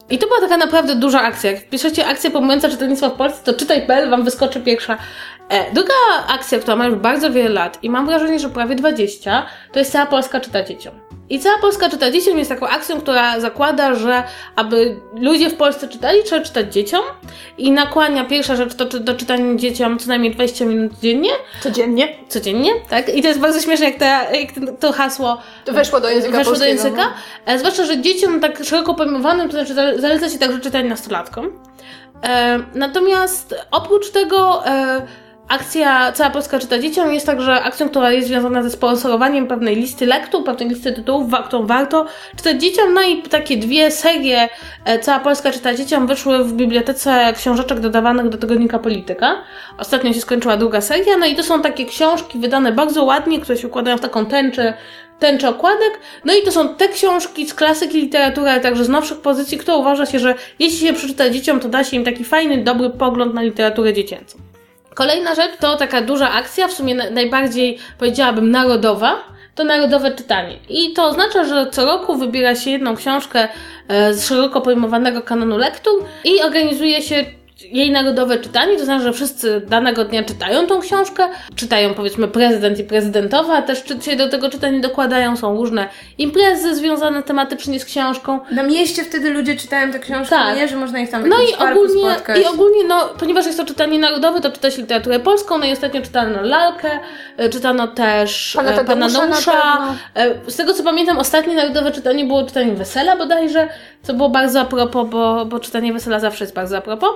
S2: I to była taka naprawdę duża akcja. Jak piszecie akcję promująca czytelnictwo w Polsce, to czytaj kropka pe el wam wyskoczy pierwsza. E, druga akcja, która ma już bardzo wiele lat i mam wrażenie, że prawie dwadzieścia, to jest Cała Polska czyta dzieciom. I Cała Polska czyta dzieciom jest taką akcją, która zakłada, że aby ludzie w Polsce czytali, trzeba czytać dzieciom i nakłania pierwsza rzecz to do czytania dzieciom co najmniej dwadzieścia minut dziennie.
S3: Codziennie.
S2: Codziennie, tak? I to jest bardzo śmieszne, jak, ta, jak to hasło
S3: to weszło do języka
S2: weszło do
S3: polskiego.
S2: języka. E, zwłaszcza, że dzieciom tak szeroko pojmowanym, to znaczy zaleca się także czytanie nastolatkom. E, natomiast oprócz tego e, akcja Cała Polska czyta dzieciom jest także akcją, która jest związana ze sponsorowaniem pewnej listy lektur, pewnej listy tytułów, wa- którą warto czytać dzieciom. No i takie dwie serie e, Cała Polska czyta dzieciom wyszły w bibliotece książeczek dodawanych do tygodnika Polityka. Ostatnio się skończyła druga seria, no i to są takie książki wydane bardzo ładnie, które się układają w taką tęczę, tęczę okładek. No i to są te książki z klasyki literatury, ale także z nowszych pozycji, które uważa się, że jeśli się przeczyta dzieciom, to da się im taki fajny, dobry pogląd na literaturę dziecięcą. Kolejna rzecz to taka duża akcja, w sumie na, najbardziej powiedziałabym narodowa, to narodowe czytanie. I to oznacza, że co roku wybiera się jedną książkę e, z szeroko pojmowanego kanonu lektur i organizuje się jej narodowe czytanie, to znaczy, że wszyscy danego dnia czytają tą książkę, czytają powiedzmy prezydent i prezydentowa, też się do tego czytania dokładają, są różne imprezy związane tematycznie z książką.
S1: Na mieście wtedy ludzie czytają tę książkę,
S2: tak.
S1: nie? Że można ich tam w
S2: no
S1: jakimś
S2: i
S1: parku
S2: ogólnie,
S1: spotkać.
S2: I ogólnie, no, ponieważ jest to czytanie narodowe, to czyta się literaturę polską, no i ostatnio czytano Lalkę, czytano też
S3: Pana
S2: Pana
S3: Tadeusza.
S2: Tadeusza. Z tego co pamiętam, ostatnie narodowe czytanie było czytanie Wesela bodajże, co było bardzo a propos, bo, bo czytanie Wesela zawsze jest bardzo a propos.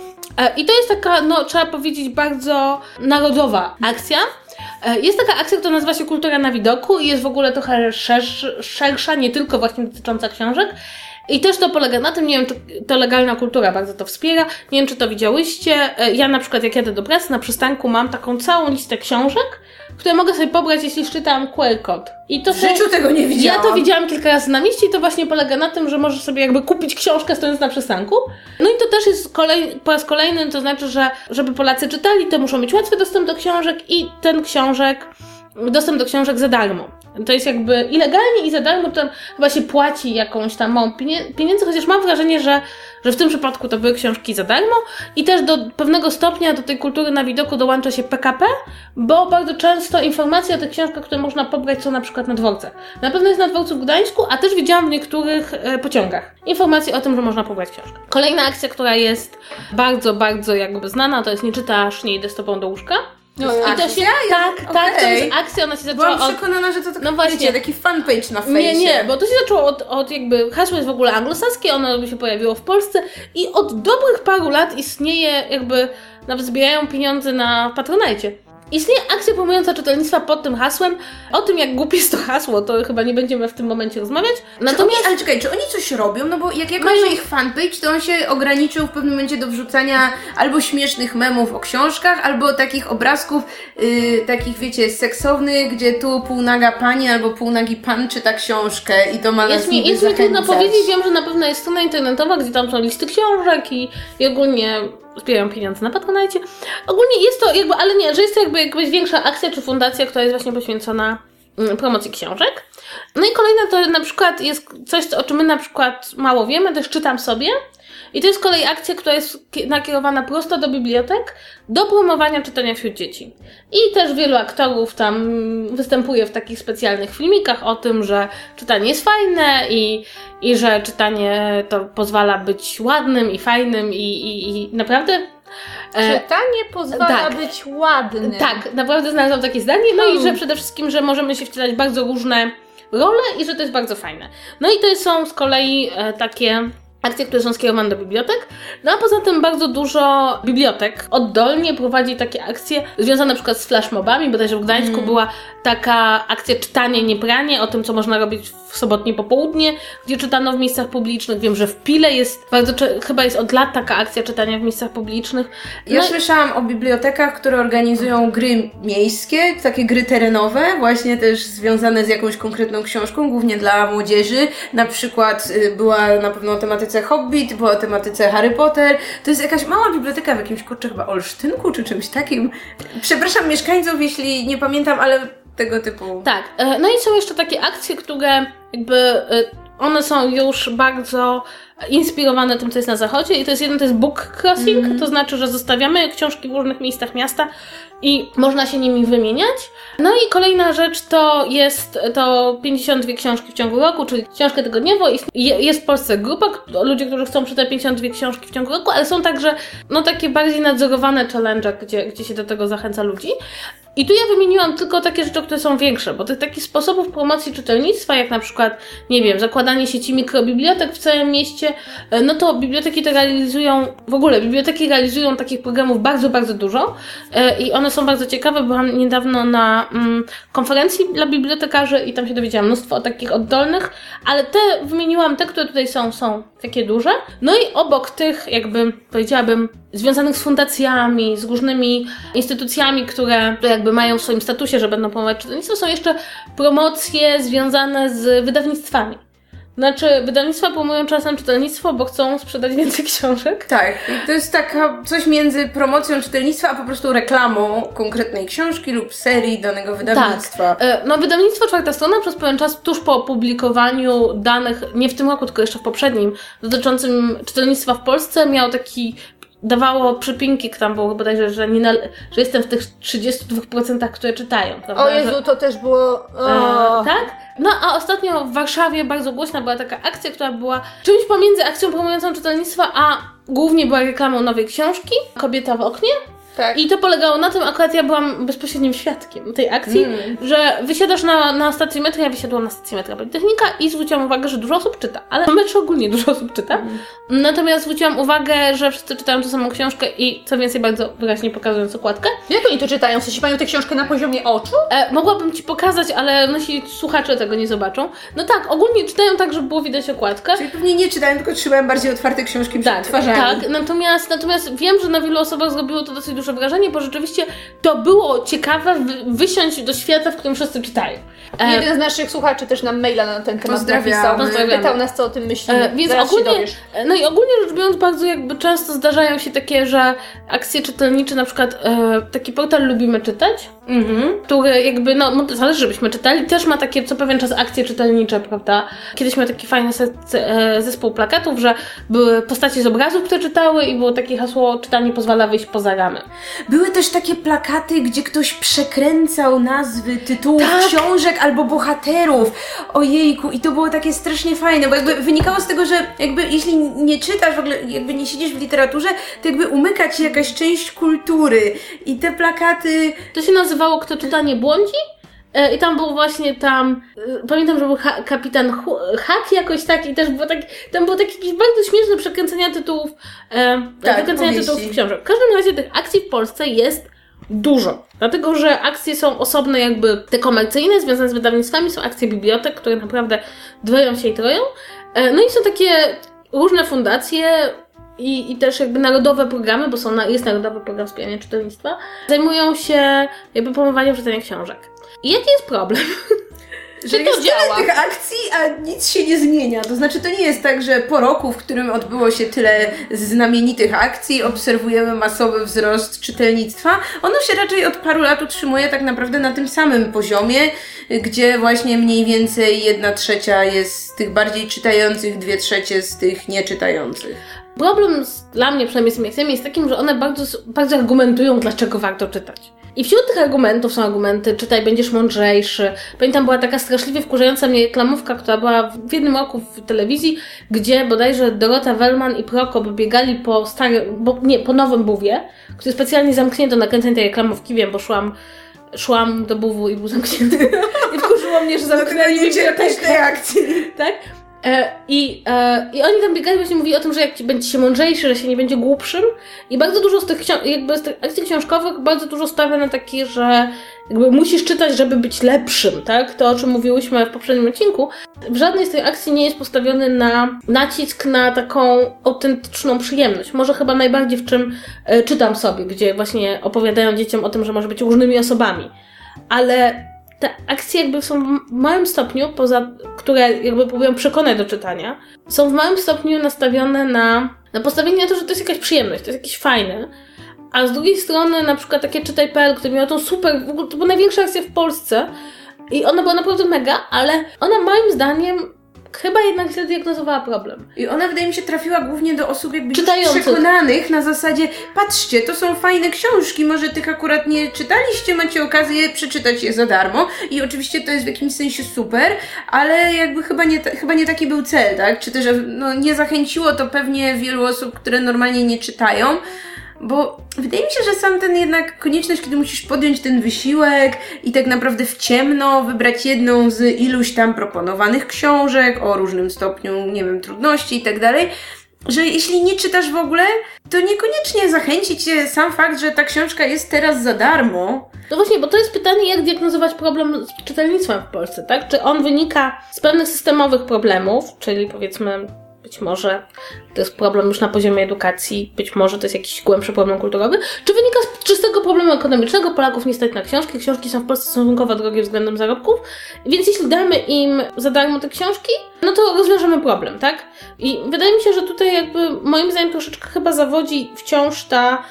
S2: I to jest taka, no trzeba powiedzieć, bardzo narodowa akcja. Jest taka akcja, która nazywa się Kultura na widoku i jest w ogóle trochę szersz, szersza, nie tylko właśnie dotycząca książek. I też to polega na tym, nie wiem, czy to Legalna Kultura bardzo to wspiera, nie wiem, czy to widziałyście. Ja na przykład, jak jadę do pracy, na przystanku mam taką całą listę książek, które mogę sobie pobrać, jeśli szczytam Q R kod. I to
S1: w życiu
S2: są...
S1: tego nie widziałam.
S2: Ja to widziałam kilka razy na mieście i to właśnie polega na tym, że możesz sobie jakby kupić książkę stojąc na przystanku. No i to też jest kolej... po raz kolejny, to znaczy, że żeby Polacy czytali, to muszą mieć łatwy dostęp do książek i ten książek, dostęp do książek za darmo. To jest jakby i legalnie, i za darmo, to chyba się płaci jakąś tam małą pieniędzy, chociaż mam wrażenie, że, że w tym przypadku to były książki za darmo i też do pewnego stopnia do tej kultury na widoku dołącza się P K P, bo bardzo często informacje o tych książkach, które można pobrać, są na przykład na dworcach. Na pewno jest na dworcu w Gdańsku, a też widziałam w niektórych e, pociągach informacje o tym, że można pobrać książkę. Kolejna akcja, która jest bardzo, bardzo jakby znana, to jest Nie czytasz, nie idę z tobą do łóżka.
S1: No,
S2: I to się, tak,
S1: okay.
S2: tak, to jest akcja, ona się zaczęła
S1: Byłam
S2: od...
S1: przekonana, że to tak,
S2: no właśnie,
S1: wiecie, taki fanpage na fejsie.
S2: Nie, nie, bo to się zaczęło od, od jakby, hasło jest w ogóle anglosaskie, ono się pojawiło w Polsce i od dobrych paru lat istnieje jakby, nawet zbierają pieniądze na Patronite. Istnieje akcja promująca czytelnictwa pod tym hasłem. O tym, jak głupie jest to hasło, to chyba nie będziemy w tym momencie rozmawiać.
S1: Natomiast... Oni, ale czekaj, czy oni coś robią? No bo jak ja kojarzę ich fanpage, to on się ograniczył w pewnym momencie do wrzucania albo śmiesznych memów o książkach, albo takich obrazków, yy, takich wiecie, seksownych, gdzie tu półnaga pani albo półnagi pan czyta książkę i to ma nas
S2: Jest mi, jest mi trudno powiedzieć, wiem, że na pewno jest strona internetowa, gdzie tam są listy książek i, i ogólnie zbierają pieniądze na Patronite. Ogólnie jest to jakby, ale nie, że jest to jakby jakaś większa akcja czy fundacja, która jest właśnie poświęcona mm, promocji książek. No i kolejna to na przykład jest coś, o czym my na przykład mało wiemy, też czytam sobie. I to jest z kolei akcja, która jest nakierowana prosto do bibliotek, do promowania czytania wśród dzieci. I też wielu aktorów tam występuje w takich specjalnych filmikach o tym, że czytanie jest fajne i, i że czytanie to pozwala być ładnym i fajnym i, i, i naprawdę...
S3: Czytanie pozwala
S2: tak,
S3: być ładnym.
S2: Tak, naprawdę znalazłam takie zdanie. No hmm. i że przede wszystkim, że możemy się wcielać bardzo różne role i że to jest bardzo fajne. No i to są z kolei e, takie akcje, które są skierowane do bibliotek. No a poza tym bardzo dużo bibliotek oddolnie prowadzi takie akcje związane na przykład z flashmobami, bo też w Gdańsku mm. była taka akcja Czytanie, nie pranie, o tym, co można robić w sobotnie popołudnie, gdzie czytano w miejscach publicznych. Wiem, że w Pile jest bardzo, chyba jest od lat taka akcja czytania w miejscach publicznych. No
S1: ja
S2: i...
S1: słyszałam o bibliotekach, które organizują gry miejskie, takie gry terenowe, właśnie też związane z jakąś konkretną książką, głównie dla młodzieży. Na przykład y, była na pewno o tematyce Hobbit, była o tematyce Harry Potter. To jest jakaś mała biblioteka w jakimś, kurczę, chyba Olsztynku, czy czymś takim. Przepraszam mieszkańców, jeśli nie pamiętam, ale tego typu.
S2: Tak, no i są jeszcze takie akcje, które jakby one są już bardzo inspirowane tym, co jest na zachodzie i to jest jeden, to jest book crossing,
S1: Mhm.
S2: to znaczy, że zostawiamy książki w różnych miejscach miasta i można się nimi wymieniać. No i kolejna rzecz to jest to pięćdziesiąt dwie książki w ciągu roku, czyli książkę tygodniowo i jest w Polsce grupa, ludzie, którzy chcą przeczytać pięćdziesiąt dwie książki w ciągu roku, ale są także no takie bardziej nadzorowane challenge, gdzie, gdzie się do tego zachęca ludzi. I tu ja wymieniłam tylko takie rzeczy, które są większe, bo tych takich sposobów promocji czytelnictwa, jak na przykład, nie wiem, zakładanie sieci mikrobibliotek w całym mieście, no to biblioteki to realizują, w ogóle biblioteki realizują takich programów bardzo, bardzo dużo i one są bardzo ciekawe. Byłam niedawno na mm, konferencji dla bibliotekarzy i tam się dowiedziałam mnóstwo o takich oddolnych, ale te wymieniłam, te, które tutaj są, są takie duże. No i obok tych, jakby powiedziałabym, związanych z fundacjami, z różnymi instytucjami, które jakby mają w swoim statusie, że będą promować czytelnictwo, są jeszcze promocje związane z wydawnictwami. Znaczy, wydawnictwa promują czasem czytelnictwo, bo chcą sprzedać więcej książek.
S1: Tak, i to jest taka coś między promocją czytelnictwa, a po prostu reklamą konkretnej książki lub serii danego wydawnictwa.
S2: Tak. No, wydawnictwo Czwarta Strona przez pewien czas, tuż po opublikowaniu danych, nie w tym roku, tylko jeszcze w poprzednim, dotyczącym czytelnictwa w Polsce, miał taki dawało przypinki, tam było bodajże, że, nie nale- że jestem w tych trzydziestu dwóch procentach, które czytają. Prawda?
S3: O Jezu,
S2: że,
S3: to też było...
S2: e, tak? No a ostatnio w Warszawie bardzo głośna była taka akcja, która była czymś pomiędzy akcją promującą czytelnictwa, a głównie była reklamą nowej książki Kobieta w oknie.
S3: Tak.
S2: I to polegało na tym, akurat ja byłam bezpośrednim świadkiem tej akcji, mm. że wysiadasz na, na stacji metra, ja wysiadłam na stacji metra Politechnika i zwróciłam uwagę, że dużo osób czyta, ale w metrze ogólnie dużo osób czyta. Mm. Natomiast zwróciłam uwagę, że wszyscy czytają tę samą książkę i co więcej, bardzo wyraźnie pokazując okładkę.
S3: Jak oni to czytają? W sensie mają tę książkę na poziomie oczu?
S2: E, mogłabym Ci pokazać, ale nasi słuchacze tego nie zobaczą. No tak, ogólnie czytają tak, żeby było widać okładkę.
S1: Czyli pewnie nie czytałem, tylko trzymałem bardziej otwarte książki przed
S2: tak,
S1: twarzami.
S2: Tak, natomiast, natomiast wiem, że na wielu osobach zrobiło to dosyć duże wrażenie, bo rzeczywiście to było ciekawe wy, wysiąść do świata, w którym wszyscy czytają.
S3: E, Jeden z naszych słuchaczy też nam maila na ten temat napisał. Pytał nas, co o tym myślimy.
S2: E, więc ogólnie, no i ogólnie rzecz biorąc, bardzo jakby często zdarzają się takie, że akcje czytelnicze, na przykład e, taki portal Lubimy Czytać, mhm. który jakby, no, no zależy, żebyśmy czytali, też ma takie co pewien czas akcje czytelnicze, prawda? Kiedyś miał taki fajny set, e, zespół plakatów, że były postacie z obrazów, które czytały i było takie hasło: czytanie pozwala wyjść poza ramy.
S1: Były też takie plakaty, gdzie ktoś przekręcał nazwy tytułów tak. książek albo bohaterów. Ojejku, i to było takie strasznie fajne, bo jakby wynikało z tego, że jakby jeśli nie czytasz, w ogóle jakby nie siedzisz w literaturze, to jakby umyka ci jakaś część kultury. I te plakaty...
S2: To się nazywało Kto czyta nie błądzi? I tam był właśnie tam, pamiętam, że był ha- kapitan Hak jakoś tak i też było tak, tam było takie jakieś bardzo śmieszne przekręcenia tytułów, e, tak, przekręcenia tytułów książek. W każdym razie tych akcji w Polsce jest dużo. Dlatego, że akcje są osobne, jakby te komercyjne, związane z wydawnictwami, są akcje bibliotek, które naprawdę dwoją się i troją. E, no i są takie różne fundacje i, i też jakby narodowe programy, bo są na, jest Narodowy Program Wspierania Czytelnictwa, zajmują się jakby promowaniem czytania książek. I jaki jest problem?
S1: Że
S2: to
S1: jest
S2: działa?
S1: Tyle tych akcji, a nic się nie zmienia. To znaczy, to nie jest tak, że po roku, w którym odbyło się tyle znamienitych akcji, obserwujemy masowy wzrost czytelnictwa. Ono się raczej od paru lat utrzymuje tak naprawdę na tym samym poziomie, gdzie właśnie mniej więcej jedna trzecia jest z tych bardziej czytających, dwie trzecie z tych nieczytających.
S2: Problem z, dla mnie przynajmniej z tymi akcjami jest takim, że one bardzo, bardzo argumentują, dlaczego warto czytać. I wśród tych argumentów są argumenty: czytaj, będziesz mądrzejszy. Pamiętam, była taka straszliwie wkurzająca mnie reklamówka, która była w jednym roku w telewizji, gdzie bodajże Dorota Wellman i Prokop biegali po starym, bo nie, po nowym buwie, który specjalnie zamknięto na kręcenie tej reklamówki, wiem, bo szłam szłam do buwu i był zamknięty. I wkurzyło mnie, że zamknęli mi
S1: też tej akcji.
S2: Tak? E, i, e, I oni tam biegali, właśnie mówili o tym, że jak będzie się mądrzejszy, że się nie będzie głupszym. I bardzo dużo z tych, książ- jakby z tych akcji książkowych bardzo dużo stawia na takie, że jakby musisz czytać, żeby być lepszym, tak? To, o czym mówiłyśmy w poprzednim odcinku. W żadnej z tych akcji nie jest postawiony na nacisk na taką autentyczną przyjemność. Może chyba najbardziej w czym e, czytam sobie, gdzie właśnie opowiadają dzieciom o tym, że może być różnymi osobami. Ale te akcje jakby są w małym stopniu, poza, które jakby próbują przekonać do czytania, są w małym stopniu nastawione na, na postawienie na to, że to jest jakaś przyjemność, to jest jakieś fajne. A z drugiej strony na przykład takie czytaj kropka pe el, które miało tą super, w ogóle to była największa akcja w Polsce i ona była naprawdę mega, ale ona moim zdaniem chyba jednak źle diagnozowała problem.
S1: I ona, wydaje mi się, trafiła głównie do osób jakby
S2: czytających,
S1: przekonanych na zasadzie, patrzcie, to są fajne książki, może tych akurat nie czytaliście, macie okazję przeczytać je za darmo i oczywiście to jest w jakimś sensie super, ale jakby chyba nie, chyba nie taki był cel, tak? Czy też no, nie zachęciło to pewnie wielu osób, które normalnie nie czytają, bo wydaje mi się, że sam ten jednak konieczność, kiedy musisz podjąć ten wysiłek i tak naprawdę w ciemno wybrać jedną z iluś tam proponowanych książek o różnym stopniu, nie wiem, trudności i tak dalej, że jeśli nie czytasz w ogóle, to niekoniecznie zachęci cię sam fakt, że ta książka jest teraz za darmo.
S2: No właśnie, bo to jest pytanie, jak diagnozować problem z czytelnictwem w Polsce, tak? Czy on wynika z pewnych systemowych problemów, czyli powiedzmy być może to jest problem już na poziomie edukacji, być może to jest jakiś głębszy problem kulturowy, czy wynika z czystego problemu ekonomicznego, Polaków nie stać na książki, książki są w Polsce stosunkowo drogie względem zarobków, więc jeśli damy im za darmo te książki, no to rozwiążemy problem, tak? I wydaje mi się, że tutaj jakby moim zdaniem troszeczkę chyba zawodzi wciąż ta,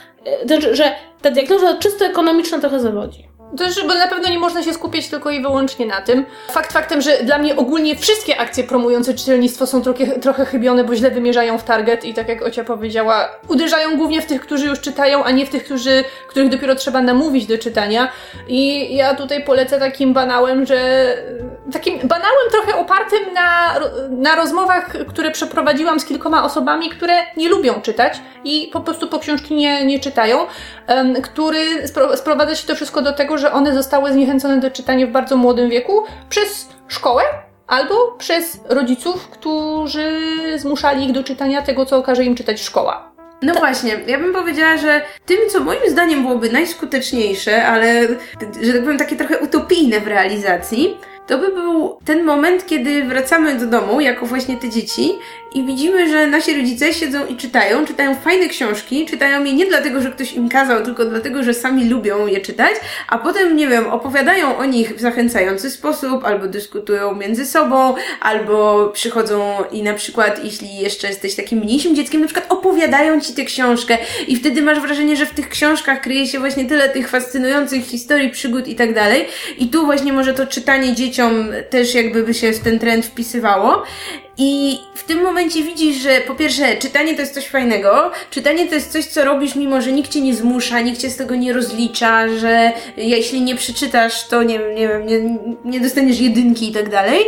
S2: że ta diagnoza czysto ekonomiczna trochę zawodzi.
S3: To też, bo na pewno nie można się skupiać tylko i wyłącznie na tym. Fakt faktem, że dla mnie ogólnie wszystkie akcje promujące czytelnictwo są trochę, trochę chybione, bo źle wymierzają w target i tak jak Ocia powiedziała, uderzają głównie w tych, którzy już czytają, a nie w tych, którzy, których dopiero trzeba namówić do czytania. I ja tutaj polecę takim banałem, że takim banałem trochę opartym na, na rozmowach, które przeprowadziłam z kilkoma osobami, które nie lubią czytać i po prostu po książki nie, nie czytają, um, który spro, sprowadza się to wszystko do tego, że one zostały zniechęcone do czytania w bardzo młodym wieku przez szkołę albo przez rodziców, którzy zmuszali ich do czytania tego, co każe im czytać szkoła.
S1: No Ta- właśnie, ja bym powiedziała, że tym, co moim zdaniem byłoby najskuteczniejsze, ale, że tak powiem, takie trochę utopijne w realizacji, to by był ten moment, kiedy wracamy do domu, jako właśnie te dzieci i widzimy, że nasi rodzice siedzą i czytają, czytają fajne książki, czytają je nie dlatego, że ktoś im kazał, tylko dlatego, że sami lubią je czytać, a potem, nie wiem, opowiadają o nich w zachęcający sposób, albo dyskutują między sobą, albo przychodzą i na przykład, jeśli jeszcze jesteś takim mniejszym dzieckiem, na przykład opowiadają ci tę książkę i wtedy masz wrażenie, że w tych książkach kryje się właśnie tyle tych fascynujących historii, przygód i tak dalej. I tu właśnie może to czytanie dzieciom też jakby by się w ten trend wpisywało. I w tym momencie widzisz, że po pierwsze, czytanie to jest coś fajnego, czytanie to jest coś, co robisz, mimo że nikt cię nie zmusza, nikt cię z tego nie rozlicza, że jeśli nie przeczytasz, to nie, nie wiem, nie, nie dostaniesz jedynki i tak dalej.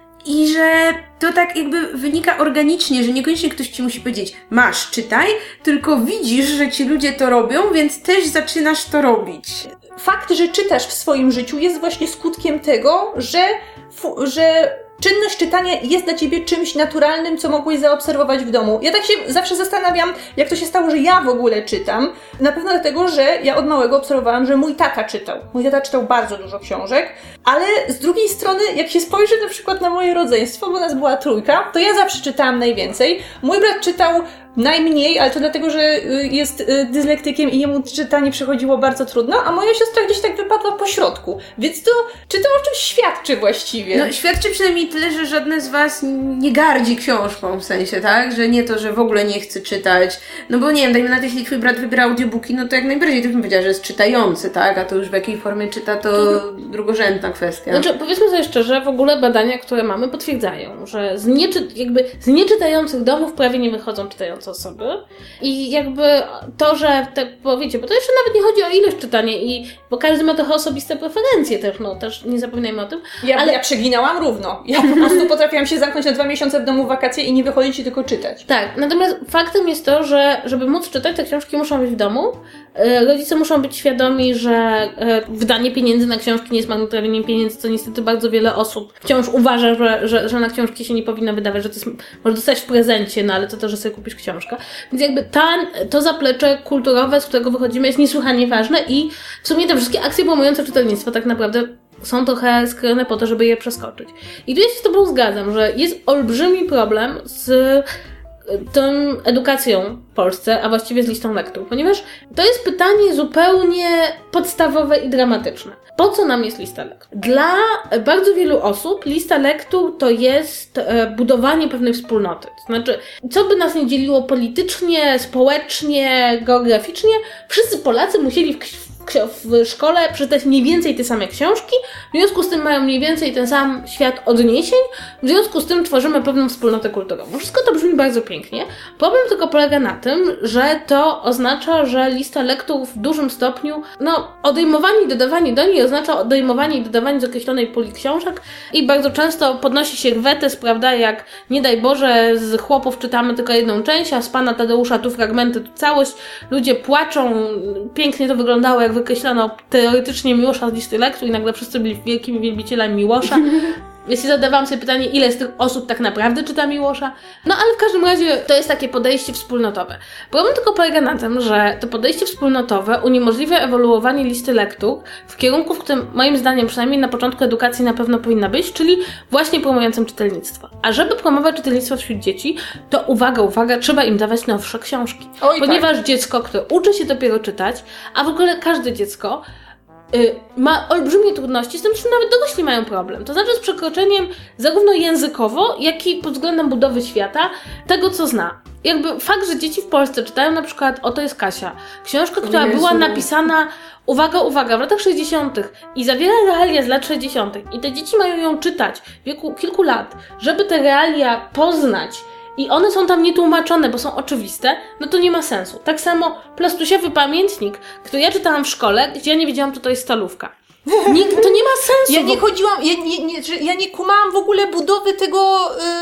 S1: I że to tak jakby wynika organicznie, że niekoniecznie ktoś ci musi powiedzieć, masz, czytaj, tylko widzisz, że ci ludzie to robią, więc też zaczynasz to robić.
S3: Fakt, że czytasz w swoim życiu jest właśnie skutkiem tego, że, że czynność czytania jest dla ciebie czymś naturalnym, co mogłeś zaobserwować w domu. Ja tak się zawsze zastanawiam, jak to się stało, że ja w ogóle czytam. Na pewno dlatego, że ja od małego obserwowałam, że mój tata czytał. Mój tata czytał bardzo dużo książek, ale z drugiej strony, jak się spojrzy na przykład na moje rodzeństwo, bo nas była trójka, to ja zawsze czytałam najwięcej. Mój brat czytał najmniej, ale to dlatego, że jest dyslektykiem i jemu czytanie przychodziło bardzo trudno, a moja siostra gdzieś tak wypadła po środku. Więc to, czy to o czymś świadczy właściwie?
S1: No, świadczy przynajmniej tyle, że żadne z was nie gardzi książką, w sensie, tak? Że nie to, że w ogóle nie chce czytać. No bo nie wiem, dajmy na to, jeśli twój brat wybiera audiobooki, no to jak najbardziej też bym powiedziała, że jest czytający, tak? A to już w jakiej formie czyta, to drugorzędna kwestia.
S2: Znaczy, powiedzmy sobie szczerze, w ogóle badania, które mamy, potwierdzają, że z, nieczy- jakby z nieczytających domów prawie nie wychodzą czytające osoby. I jakby to, że te, bo wiecie, bo to jeszcze nawet nie chodzi o ilość czytania i bo każdy ma trochę osobiste preferencje też, no też nie zapominajmy o tym.
S3: Ja,
S2: ale
S3: ja przeginałam równo. Ja po prostu potrafiłam się zamknąć na dwa miesiące w domu w wakacje i nie wychodzić i tylko czytać.
S2: Tak, natomiast faktem jest to, że żeby móc czytać, te książki muszą być w domu. Rodzice muszą być świadomi, że wydanie pieniędzy na książki nie jest marnotrawieniem pieniędzy, co niestety bardzo wiele osób wciąż uważa, że, że, że na książki się nie powinno wydawać, że to jest, może dostać w prezencie, no ale to to, że sobie kupisz książkę. Więc jakby ta, to zaplecze kulturowe, z którego wychodzimy, jest niesłychanie ważne i w sumie te wszystkie akcje promujące czytelnictwo tak naprawdę są trochę skrojone po to, żeby je przeskoczyć. I tu ja się z Tobą zgadzam, że jest olbrzymi problem z tą edukacją w Polsce, a właściwie z listą lektur, ponieważ to jest pytanie zupełnie podstawowe i dramatyczne. Po co nam jest lista lektur? Dla bardzo wielu osób lista lektur to jest budowanie pewnej wspólnoty. To znaczy, co by nas nie dzieliło politycznie, społecznie, geograficznie, wszyscy Polacy musieli w w szkole przeczytać mniej więcej te same książki, w związku z tym mają mniej więcej ten sam świat odniesień, w związku z tym tworzymy pewną wspólnotę kulturową. Wszystko to brzmi bardzo pięknie. Problem tylko polega na tym, że to oznacza, że lista lektur w dużym stopniu, no, odejmowanie i dodawanie do niej oznacza odejmowanie i dodawanie z określonej puli książek i bardzo często podnosi się rwetes, prawda, jak nie daj Boże z chłopów czytamy tylko jedną część, a z pana Tadeusza tu fragmenty, tu całość. Ludzie płaczą, pięknie to wyglądało, jak wykreślano teoretycznie Miłosza z listy lektur i nagle wszyscy byli wielkimi wielbicielami Miłosza. Jeśli zadawałam sobie pytanie, ile z tych osób tak naprawdę czyta Miłosza, no ale w każdym razie to jest takie podejście wspólnotowe. Problem tylko polega na tym, że to podejście wspólnotowe uniemożliwia ewoluowanie listy lektur w kierunku, w którym moim zdaniem przynajmniej na początku edukacji na pewno powinna być, czyli właśnie promującym czytelnictwo. A żeby promować czytelnictwo wśród dzieci, to uwaga, uwaga, trzeba im dawać nowsze książki.
S3: Oj,
S2: ponieważ
S3: tak.
S2: dziecko, które uczy się dopiero czytać, a w ogóle każde dziecko ma olbrzymie trudności z tym, czy nawet dorośli mają problem. To znaczy z przekroczeniem zarówno językowo, jak i pod względem budowy świata, tego co zna. Jakby fakt, że dzieci w Polsce czytają na przykład Oto jest Kasia. Książka, która
S1: Jezu.
S2: była napisana, uwaga, uwaga, w latach sześćdziesiątych i zawiera realia z lat sześćdziesiątych i te dzieci mają ją czytać w wieku kilku lat, żeby te realia poznać i one są tam nietłumaczone, bo są oczywiste, no to nie ma sensu. Tak samo plastusiowy pamiętnik, który ja czytałam w szkole, gdzie ja nie wiedziałam, co to jest stalówka. Nie, to nie ma sensu.
S3: Ja nie chodziłam, ja nie, nie, że ja nie kumałam w ogóle budowy tego,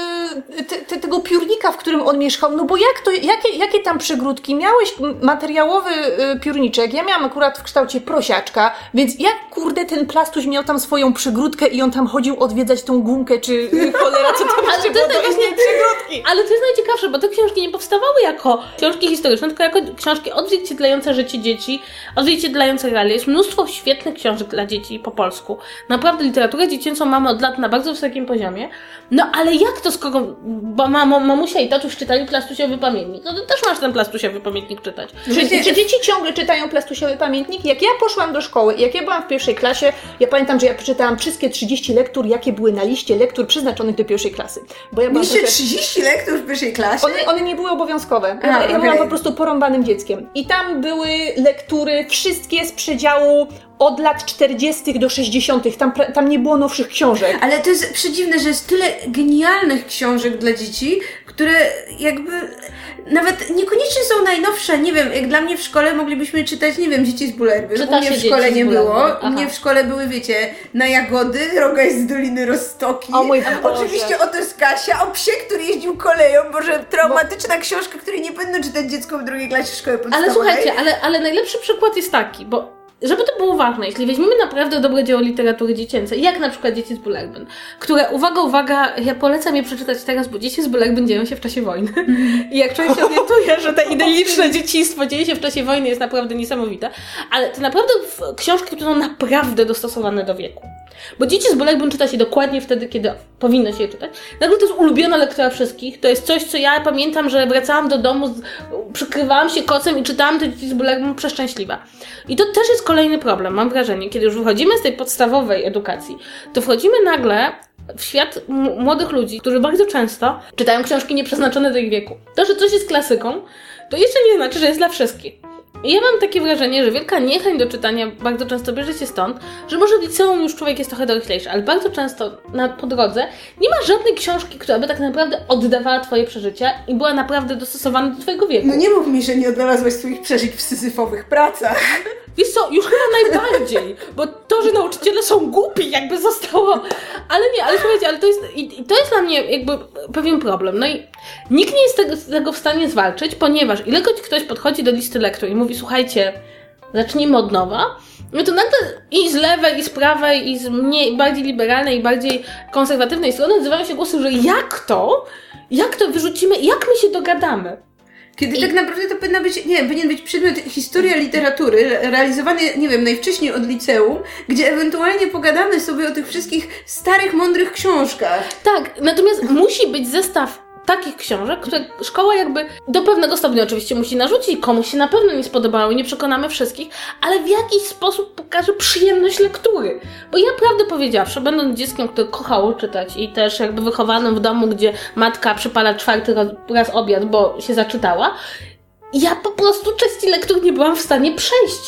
S3: yy, te, te, tego piórnika, w którym on mieszkał, no bo jak to, jakie, jakie tam przegródki? Miałeś materiałowy yy, piórniczek, ja miałam akurat w kształcie prosiaczka, więc jak kurde ten plastuś miał tam swoją przegródkę i on tam chodził odwiedzać tą gumkę, czy yy, cholera, co tam jeszcze było, to właśnie przegródki.
S2: Ale to jest najciekawsze, bo te książki nie powstawały jako książki historyczne, tylko jako książki odzwierciedlające życie dzieci, odzwierciedlające realia. Jest mnóstwo świetnych książek dla dzieci po polsku. Naprawdę literaturę dziecięcą mamy od lat na bardzo wysokim poziomie. No ale jak to, skoro bo mamo, mamusia i tatuś czytali plastusiowy pamiętnik? No ty też masz ten plastusiowy pamiętnik czytać.
S3: Czy, czy dzieci ciągle czytają plastusiowy pamiętnik? Jak ja poszłam do szkoły, jak ja byłam w pierwszej klasie, ja pamiętam, że ja przeczytałam wszystkie trzydzieści lektur, jakie były na liście lektur przeznaczonych do pierwszej klasy. Bo ja byłam
S1: Mieliście
S3: trochę...
S1: trzydzieści lektur w pierwszej klasie?
S3: One, one nie były obowiązkowe. Ja,
S1: A,
S3: ja
S1: okay.
S3: byłam po prostu porąbanym dzieckiem. I tam były lektury, wszystkie z przedziału od lat czterdziestych do sześćdziesiątych. Tam, tam nie było nowszych książek.
S1: Ale to jest przedziwne, że jest tyle genialnych książek dla dzieci, które jakby nawet niekoniecznie są najnowsze. Nie wiem, jak dla mnie w szkole moglibyśmy czytać, nie wiem, Dzieci z Bullerbyn.
S2: Czyta
S1: U mnie
S2: się
S1: w szkole
S2: Dzieci z
S1: nie było.
S2: Bullerbyn.
S1: U mnie w szkole były, wiecie, Na jagody, Rogaj z Doliny Roztoki.
S3: O mój Boże.
S1: Oczywiście Oto jest Kasia, o psie, który jeździł koleją. Boże, traumatyczna Bo... książka, której nie powinno czytać dziecko w drugiej klasie szkoły podstawowej.
S2: Ale słuchajcie, ale, ale najlepszy przykład jest taki, bo żeby to było ważne, jeśli weźmiemy naprawdę dobre dzieło literatury dziecięcej, jak na przykład Dzieci z Bullerbyn, które, uwaga, uwaga, ja polecam je przeczytać teraz, bo Dzieci z Bullerbyn dzieją się w czasie wojny. I jak człowiek się orientuje, że te idylliczne dzieciństwo dzieje się w czasie wojny, jest naprawdę niesamowite. Ale to naprawdę książki, które są naprawdę dostosowane do wieku. Bo Dzieci z Bullerbyn czyta się dokładnie wtedy, kiedy powinno się je czytać. Nagle to jest ulubiona lektura wszystkich. To jest coś, co ja pamiętam, że wracałam do domu, z, przykrywałam się kocem i czytałam te Dzieci z Bullerbyn przeszczęśliwa. I to też jest kolejny problem, mam wrażenie. Kiedy już wychodzimy z tej podstawowej edukacji, to wchodzimy nagle w świat m- młodych ludzi, którzy bardzo często czytają książki nieprzeznaczone do ich wieku. To, że coś jest klasyką, to jeszcze nie znaczy, że jest dla wszystkich. I ja mam takie wrażenie, że wielka niechęć do czytania bardzo często bierze się stąd, że może w liceum już człowiek jest trochę doroślejszy, ale bardzo często na, po drodze nie ma żadnej książki, która by tak naprawdę oddawała twoje przeżycia i była naprawdę dostosowana do twojego wieku.
S1: No nie mów mi, że nie odnalazłaś swoich przeżyć w syzyfowych pracach.
S2: Wiesz co, już chyba najbardziej, bo to, że nauczyciele są głupi, jakby zostało, ale nie, ale słuchajcie, ale to jest, i, i to jest dla mnie jakby pewien problem, no i nikt nie jest tego, tego w stanie zwalczyć, ponieważ ilekroć ktoś podchodzi do listy lektur i mówi, słuchajcie, zacznijmy od nowa, no to nagle i z lewej, i z prawej, i z mniej, bardziej liberalnej, i bardziej konserwatywnej strony odzywają się głosy, że jak to, jak to wyrzucimy, jak my się dogadamy.
S1: Kiedy
S2: I...
S1: tak naprawdę to powinna być, nie wiem, powinien być przedmiot historia literatury, realizowany, nie wiem, najwcześniej od liceum, gdzie ewentualnie pogadamy sobie o tych wszystkich starych, mądrych książkach.
S2: Tak, natomiast musi być zestaw takich książek, które szkoła jakby do pewnego stopnia oczywiście musi narzucić, komuś się na pewno nie spodobały, nie przekonamy wszystkich, ale w jakiś sposób pokaże przyjemność lektury. Bo ja prawdę powiedziawszy, będąc dzieckiem, które kochało czytać i też jakby wychowanym w domu, gdzie matka przypala czwarty raz, raz obiad, bo się zaczytała, ja po prostu części lektur nie byłam w stanie przejść.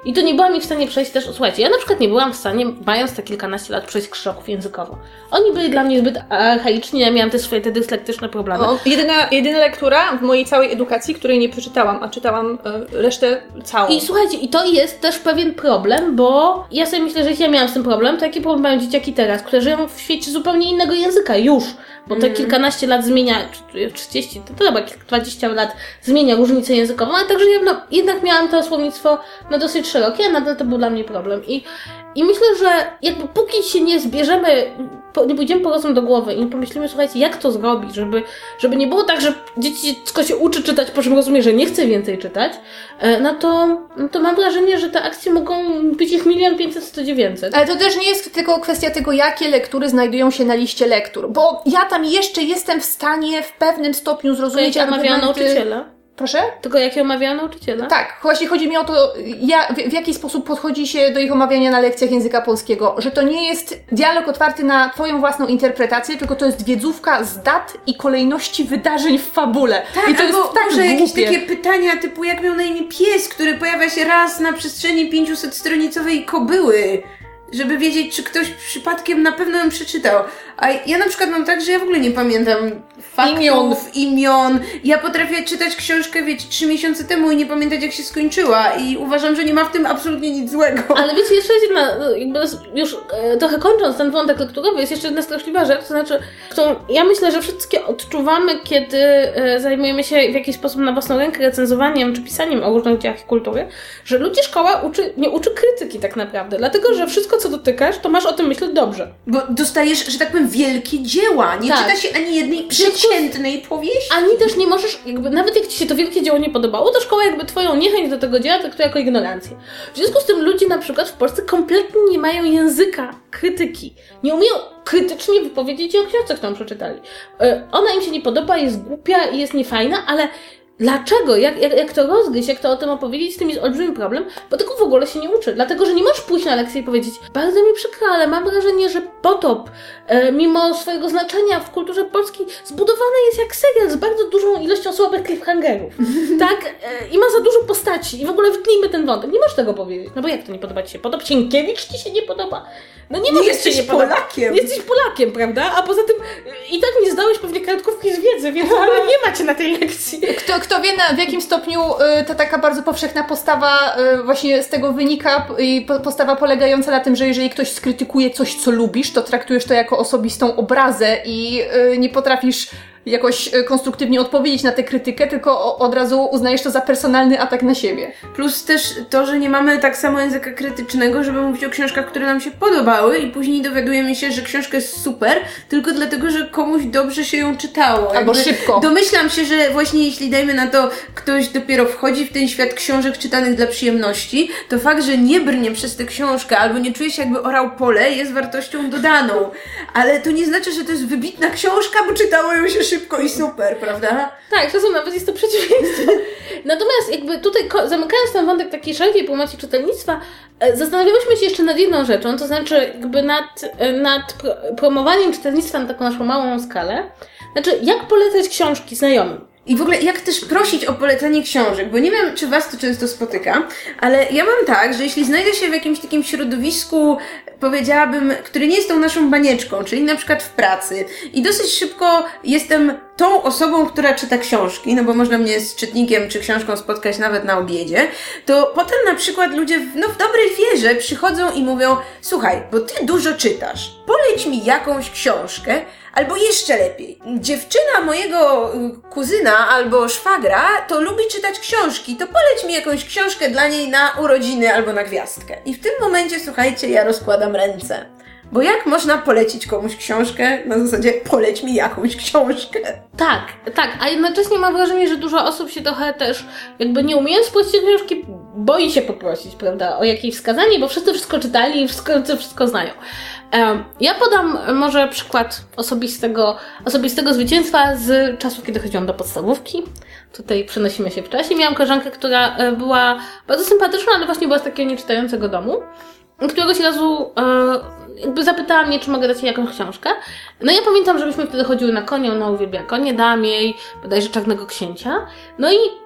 S2: I to nie byłam mi w stanie przejść też, słuchajcie, ja na przykład nie byłam w stanie, mając te kilkanaście lat, przejść krzyżaków językowo. Oni byli dla mnie zbyt archaiczni, ja miałam też swoje te dyslektyczne problemy.
S3: O, jedyna, jedyna lektura w mojej całej edukacji, której nie przeczytałam, a czytałam y, resztę całą.
S2: I słuchajcie, i to jest też pewien problem, bo ja sobie myślę, że jeśli ja miałam z tym problem, to jaki problem mają dzieciaki teraz, które żyją w świecie zupełnie innego języka już. Bo te kilkanaście lat zmienia, trzydzieści, to, to chyba dwadzieścia lat zmienia różnicę językową, ale także ja no, jednak miałam to słownictwo no, dosyć szerokie, a nadal to był dla mnie problem. I, i myślę, że jakby póki się nie zbierzemy, po, nie pójdziemy po prostu do głowy i nie pomyślimy, słuchajcie, jak to zrobić, żeby, żeby nie było tak, że dzieci tylko się uczy czytać, po czym rozumie, że nie chce więcej czytać, no to, no to mam wrażenie, że te akcje mogą być ich milion pięćset, sto dziewięćset.
S3: Ale to też nie jest tylko kwestia tego, jakie lektury znajdują się na liście lektur, bo ja tam jeszcze jestem w stanie w pewnym stopniu zrozumieć
S2: jak omawiała nauczyciela.
S3: Proszę?
S2: Tylko jakie omawiała nauczyciela?
S3: Tak, właśnie chodzi mi o to, ja, w, w jaki sposób podchodzi się do ich omawiania na lekcjach języka polskiego, że to nie jest dialog otwarty na twoją własną interpretację, tylko to jest wiedzówka z dat i kolejności wydarzeń w fabule.
S1: Tak,
S3: i to
S1: albo
S3: jest tak
S1: może jakieś
S3: głupie.
S1: takie pytania typu jak miał na imię pies, który pojawia się raz na przestrzeni pięćset-stronicowej kobyły, żeby wiedzieć, czy ktoś przypadkiem na pewno ją przeczytał. A ja na przykład mam tak, że ja w ogóle nie pamiętam faktów, imion. imion. Ja potrafię czytać książkę, wiecie, trzy miesiące temu i nie pamiętać, jak się skończyła. I uważam, że nie ma w tym absolutnie nic złego.
S2: Ale wiecie, jeszcze jest jedna, jakby już e, trochę kończąc ten wątek lekturowy, jest jeszcze jedna straszliwa rzecz, to znaczy, którą ja myślę, że wszystkie odczuwamy, kiedy e, zajmujemy się w jakiś sposób na własną rękę recenzowaniem czy pisaniem o różnych dziełach kultury, że ludzi szkoła uczy, nie uczy krytyki tak naprawdę, dlatego, że wszystko, co dotykasz, to masz o tym myśleć dobrze.
S1: Bo dostajesz, że tak powiem, wielkie dzieła. Nie
S2: tak.
S1: czyta się ani jednej przeciętnej powieści.
S2: Ani też nie możesz, jakby nawet jak ci się to wielkie dzieło nie podobało, to szkoła jakby twoją niechęć do tego dzieła traktuje jako ignorancję. W związku z tym ludzie na przykład w Polsce kompletnie nie mają języka krytyki. Nie umieją krytycznie wypowiedzieć się o książce, którą przeczytali. Ona im się nie podoba, jest głupia i jest niefajna, ale dlaczego? Jak, jak, jak to rozgryźć, jak to o tym opowiedzieć, z tym jest olbrzymi problem, bo tego w ogóle się nie uczy. Dlatego, że nie możesz pójść na lekcję i powiedzieć, bardzo mi przykro, ale mam wrażenie, że Potop, e, mimo swojego znaczenia w kulturze polskiej, zbudowany jest jak serial z bardzo dużą ilością słabych cliffhangerów. tak? E, I ma za dużo postaci. I w ogóle wytnijmy ten wątek. Nie możesz tego powiedzieć. No bo jak to nie podoba ci się? Potop Sienkiewicz ci się nie podoba? No nie,
S1: nie jesteś nie Polakiem.
S2: Jesteś Polakiem, prawda? A poza tym i tak nie zdałeś pewnie kartkówki z wiedzy, więc ale nie macie na tej lekcji.
S3: Kto, kto wie na, w jakim stopniu y, ta taka bardzo powszechna postawa y, właśnie z tego wynika i po, postawa polegająca na tym, że jeżeli ktoś skrytykuje coś, co lubisz, to traktujesz to jako osobistą obrazę i y, nie potrafisz jakoś konstruktywnie odpowiedzieć na tę krytykę, tylko od razu uznajesz to za personalny atak na siebie.
S1: Plus też to, że nie mamy tak samo języka krytycznego, żeby mówić o książkach, które nam się podobały i później dowiadujemy się, że książka jest super, tylko dlatego, że komuś dobrze się ją czytało.
S3: Albo
S1: Jakby
S3: szybko.
S1: Domyślam się, że właśnie jeśli dajmy na to, ktoś dopiero wchodzi w ten świat książek czytanych dla przyjemności, to fakt, że nie brnie przez tę książkę albo nie czuje się jakby orał pole, jest wartością dodaną. Ale to nie znaczy, że to jest wybitna książka, bo czytało ją się szybko i super, prawda?
S2: Tak, czasem nawet jest to przeciwieństwo. Natomiast jakby tutaj zamykając ten wątek takiej szerokiej pomocy czytelnictwa, zastanawiałyśmy się jeszcze nad jedną rzeczą, to znaczy jakby nad, nad pro, promowaniem czytelnictwa na taką naszą małą skalę. Znaczy, jak polecać książki znajomym?
S1: I w ogóle jak też prosić o polecenie książek, bo nie wiem, czy was to często spotyka, ale ja mam tak, że jeśli znajdę się w jakimś takim środowisku, powiedziałabym, który nie jest tą naszą banieczką, czyli na przykład w pracy i dosyć szybko jestem tą osobą, która czyta książki, no bo można mnie z czytnikiem czy książką spotkać nawet na obiedzie, to potem na przykład ludzie w, no, w dobrej wierze przychodzą i mówią, słuchaj, bo ty dużo czytasz, poleć mi jakąś książkę, albo jeszcze lepiej, dziewczyna mojego kuzyna albo szwagra to lubi czytać książki, to poleć mi jakąś książkę dla niej na urodziny albo na gwiazdkę. I w tym momencie, słuchajcie, ja rozkładam ręce. Bo jak można polecić komuś książkę na zasadzie poleć mi jakąś książkę?
S2: Tak, tak, a jednocześnie mam wrażenie, że dużo osób się trochę też jakby nie umiejąc polecić książki, boi się poprosić, prawda, o jakieś wskazanie, bo wszyscy wszystko czytali i wszystko, wszystko znają. Um, ja podam może przykład osobistego, osobistego zwycięstwa z czasów, kiedy chodziłam do podstawówki. Tutaj przenosimy się w czasie. Miałam koleżankę, która była bardzo sympatyczna, ale właśnie była z takiego nieczytającego domu. Któregoś razu e, jakby zapytała mnie, czy mogę dać jej jakąś książkę. No ja pamiętam, że myśmy wtedy chodziły na konie, ona uwielbia konie, dałam jej bodajże Czarnego Księcia. No i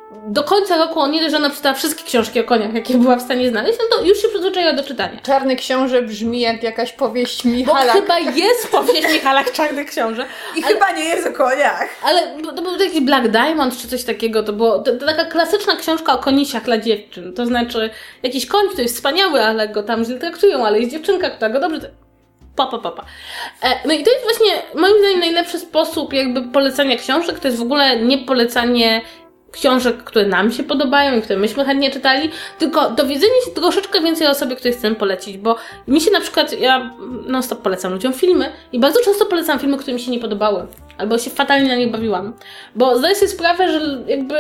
S2: do końca roku, nie dość, że ona przeczytała wszystkie książki o koniach, jakie była w stanie znaleźć, no to już się przyzwyczaiła do czytania.
S3: Czarny Książę brzmi jak jakaś powieść
S2: Bo
S3: Michala.
S2: chyba jest powieść Michala Czarny Książę.
S1: I ale, chyba nie jest o koniach.
S2: Ale to był taki Black Diamond czy coś takiego, to było to, to taka klasyczna książka o konisiach dla dziewczyn. To znaczy jakiś koń, który jest wspaniały, ale go tam źle traktują, ale jest dziewczynka, która go dobrze... Papa, papa. E, no i to jest właśnie moim zdaniem najlepszy sposób jakby polecania książek, to jest w ogóle nie polecanie książek, które nam się podobają i które myśmy chętnie czytali, tylko dowiedzenie się troszeczkę więcej o osobie, której chcemy polecić, bo mi się na przykład, ja non stop polecam ludziom filmy i bardzo często polecam filmy, które mi się nie podobały, albo się fatalnie na nie bawiłam, bo zdaję sobie sprawę, że jakby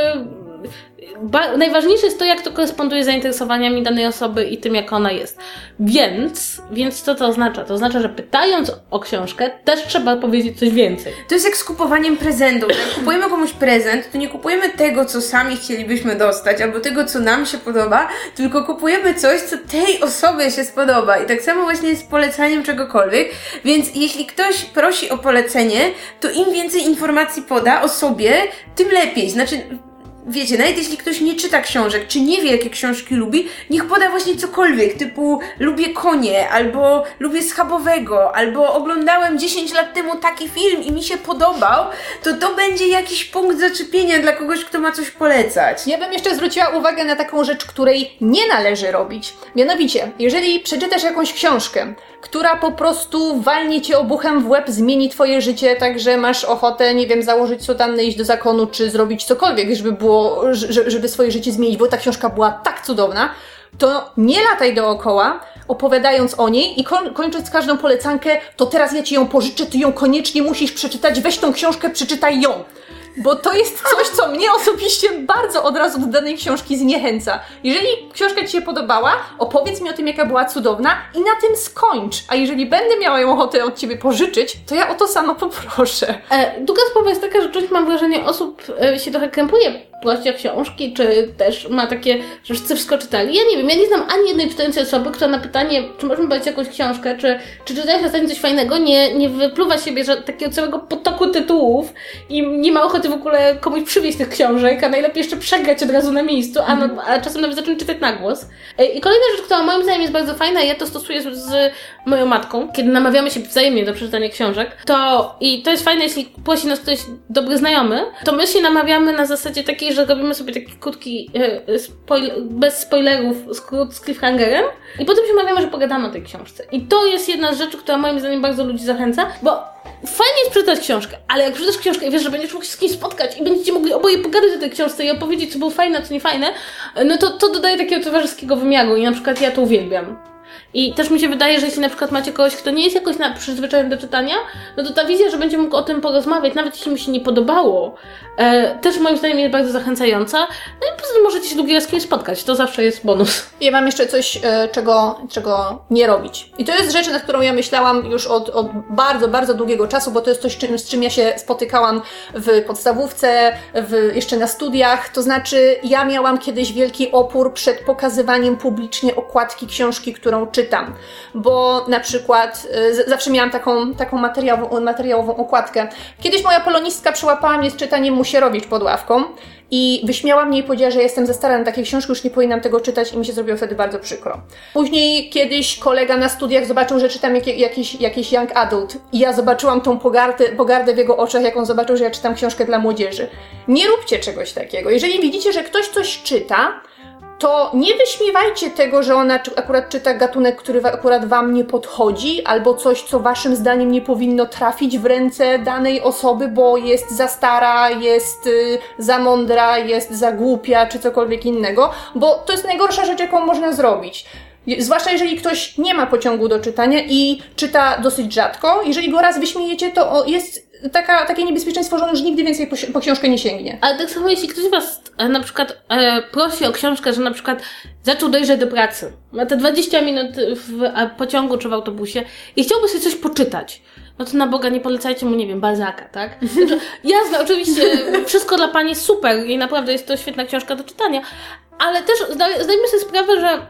S2: ba- najważniejsze jest to, jak to koresponduje z zainteresowaniami danej osoby i tym, jak ona jest. Więc, więc co to oznacza? To oznacza, że pytając o książkę, też trzeba powiedzieć coś więcej.
S1: To jest jak z kupowaniem prezentów. Jak kupujemy komuś prezent, to nie kupujemy tego, co sami chcielibyśmy dostać, albo tego, co nam się podoba, tylko kupujemy coś, co tej osobie się spodoba. I tak samo właśnie jest z polecaniem czegokolwiek. Więc jeśli ktoś prosi o polecenie, to im więcej informacji poda o sobie, tym lepiej. Znaczy... Wiecie, nawet jeśli ktoś nie czyta książek, czy nie wie, jakie książki lubi, niech poda właśnie cokolwiek, typu lubię konie, albo lubię schabowego, albo oglądałem dziesięć lat temu taki film i mi się podobał, to to będzie jakiś punkt zaczepienia dla kogoś, kto ma coś polecać.
S3: Ja bym jeszcze zwróciła uwagę na taką rzecz, której nie należy robić. Mianowicie, jeżeli przeczytasz jakąś książkę, która po prostu walnie cię obuchem w łeb, zmieni twoje życie, tak że masz ochotę, nie wiem, założyć sutannę, iść do zakonu, czy zrobić cokolwiek, żeby było, żeby swoje życie zmienić, bo ta książka była tak cudowna, to nie lataj dookoła, opowiadając o niej i koń, kończąc każdą polecankę, to teraz ja ci ją pożyczę, ty ją koniecznie musisz przeczytać, weź tą książkę, przeczytaj ją. Bo to jest coś, co mnie osobiście bardzo od razu do danej książki zniechęca. Jeżeli książka ci się podobała, opowiedz mi o tym, jaka była cudowna i na tym skończ. A jeżeli będę miała ją ochotę od ciebie pożyczyć, to ja o to samo poproszę.
S2: E, druga sprawa jest taka, że część, mam wrażenie, osób e, się trochę krępuje prosić o książki, czy też ma takie, że wszyscy wszystko czytali. Ja nie wiem, ja nie znam ani jednej czytającej osoby, która na pytanie, czy możemy brać jakąś książkę, czy, czy czytałeś ostatnio coś fajnego, nie, nie wypluwa siebie że takiego całego potoku tytułów i nie ma ochoty w ogóle komuś przywieźć tych książek, a najlepiej jeszcze przegrać od razu na miejscu, a, no, a czasem nawet zacząć czytać na głos. I kolejna rzecz, która moim zdaniem jest bardzo fajna, ja to stosuję z, z moją matką, kiedy namawiamy się wzajemnie do przeczytania książek, to i to jest fajne, jeśli prosi nas ktoś dobry znajomy, to my się namawiamy na zasadzie takiej, że robimy sobie taki krótki, e, spoil, bez spoilerów, skrót z cliffhangerem i potem się umawiamy, że pogadamy o tej książce. I to jest jedna z rzeczy, która moim zdaniem bardzo ludzi zachęca, bo fajnie jest przeczytać książkę, ale jak przeczytasz książkę i wiesz, że będziesz mógł się z kimś spotkać i będziecie mogli oboje pogadać o tej książce i opowiedzieć, co było fajne, a co nie fajne, no to to dodaje takiego towarzyskiego wymiaru i na przykład ja to uwielbiam. I też mi się wydaje, że jeśli na przykład macie kogoś, kto nie jest jakoś na przyzwyczajony do czytania, no to ta wizja, że będzie mógł o tym porozmawiać, nawet jeśli mu się nie podobało, e, też moim zdaniem jest bardzo zachęcająca. No i poza tym możecie się drugi raz z kimś spotkać, to zawsze jest bonus.
S3: Ja mam jeszcze coś, e, czego, czego nie robić. I to jest rzecz, nad którą ja myślałam już od, od bardzo, bardzo długiego czasu, bo to jest coś, czym, z czym ja się spotykałam w podstawówce, w, jeszcze na studiach. To znaczy, ja miałam kiedyś wielki opór przed pokazywaniem publicznie okładki książki, którą czytam, bo na przykład z, zawsze miałam taką, taką materiałową, materiałową okładkę. Kiedyś moja polonistka przyłapała mnie z czytaniem Musierowicz pod ławką i wyśmiała mnie i powiedziała, że jestem za stara na takie książki, już nie powinnam tego czytać i mi się zrobiło wtedy bardzo przykro. Później kiedyś kolega na studiach zobaczył, że czytam jak, jakiś, jakiś young adult i ja zobaczyłam tą pogardę, pogardę w jego oczach, jak on zobaczył, że ja czytam książkę dla młodzieży. Nie róbcie czegoś takiego. Jeżeli widzicie, że ktoś coś czyta, to nie wyśmiewajcie tego, że ona akurat czyta gatunek, który akurat wam nie podchodzi, albo coś, co waszym zdaniem nie powinno trafić w ręce danej osoby, bo jest za stara, jest y, za mądra, jest za głupia, czy cokolwiek innego, bo to jest najgorsza rzecz, jaką można zrobić. Zwłaszcza jeżeli ktoś nie ma pociągu do czytania i czyta dosyć rzadko. Jeżeli go raz wyśmiejecie, to jest taka, takie niebezpieczeństwo, że on już nigdy więcej po, po książkę nie sięgnie.
S2: Ale tak samo jeśli ktoś was e, na przykład e, prosi o książkę, że na przykład zaczął dojrzeć do pracy, ma te dwadzieścia minut w e, pociągu czy w autobusie i chciałby sobie coś poczytać, no to na Boga nie polecajcie mu, nie wiem, Balzaka, tak? Znaczy, jasne, oczywiście, wszystko dla pani super i naprawdę jest to świetna książka do czytania, ale też zdajmy sobie sprawę, że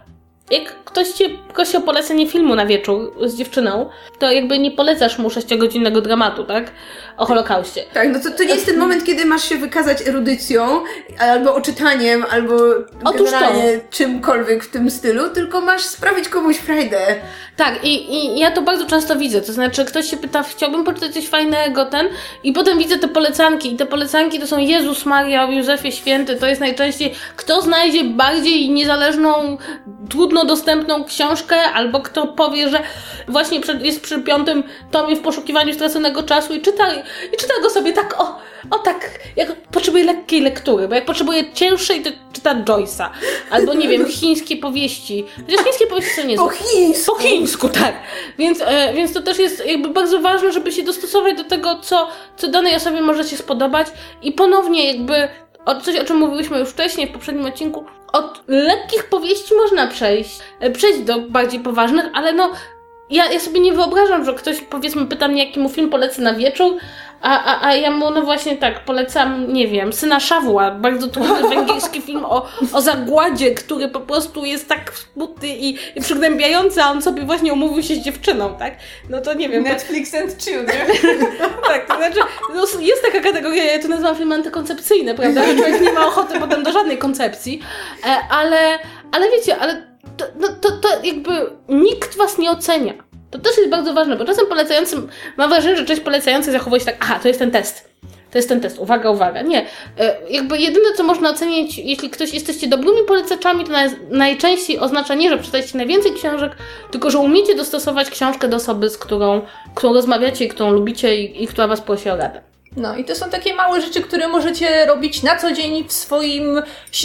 S2: jak ktoś cię prosi o polecenie filmu na wieczór z dziewczyną, to jakby nie polecasz mu sześciogodzinnego dramatu, tak? O Holokauście.
S1: Tak, no to, to nie jest ten moment, kiedy masz się wykazać erudycją, albo oczytaniem, albo
S2: Otóż
S1: generalnie czymkolwiek w tym stylu, tylko masz sprawić komuś frajdę.
S2: Tak, i, i ja to bardzo często widzę, to znaczy ktoś się pyta, chciałbym poczytać coś fajnego, ten, i potem widzę te polecanki i te polecanki to są Jezus Maria, o Józefie Święty, to jest najczęściej kto znajdzie bardziej niezależną, trudno dostępną książkę, albo kto powie, że właśnie przed, jest przy piątym tomie w poszukiwaniu straconego czasu i czyta, i czyta go sobie tak, o, o tak, jak potrzebuje lekkiej lektury, bo jak potrzebuje cięższej, to czyta Joyce'a, albo nie wiem, chińskie powieści, chociaż chińskie powieści są niezłe.
S1: Po chińsku!
S2: Po chińsku, tak. Więc, e, więc to też jest jakby bardzo ważne, żeby się dostosować do tego, co, co danej osobie może się spodobać i ponownie jakby o coś, o czym mówiłyśmy już wcześniej w poprzednim odcinku, od lekkich powieści można przejść, e, przejść do bardziej poważnych, ale no ja, ja sobie nie wyobrażam, że ktoś powiedzmy pyta mnie, jaki mu film polecę na wieczór, a, a, a ja mu no właśnie tak polecam, nie wiem, Syna Szawła, bardzo trudny węgierski film o, o zagładzie, który po prostu jest tak smutny i, i przygnębiający, a on sobie właśnie umówił się z dziewczyną, tak? No to nie wiem.
S3: Netflix and chill, nie?
S2: Tak, to znaczy no, jest taka kategoria, ja to nazywam film antykoncepcyjny, prawda? Że człowiek nie ma ochoty potem do żadnej koncepcji, e, ale, ale wiecie, ale to, no, to, to jakby nikt was nie ocenia. To też jest bardzo ważne, bo czasem polecający, mam wrażenie, że część polecających zachowuje się tak, aha, to jest ten test. To jest ten test, uwaga, uwaga. Nie, e, jakby jedyne, co można ocenić, jeśli ktoś jesteście dobrymi polecaczami, to naj, najczęściej oznacza nie, że przeczytacie najwięcej książek, tylko że umiecie dostosować książkę do osoby, z którą, którą rozmawiacie i którą lubicie i, i która was prosi o radę.
S3: No i to są takie małe rzeczy, które możecie robić na co dzień w swoim,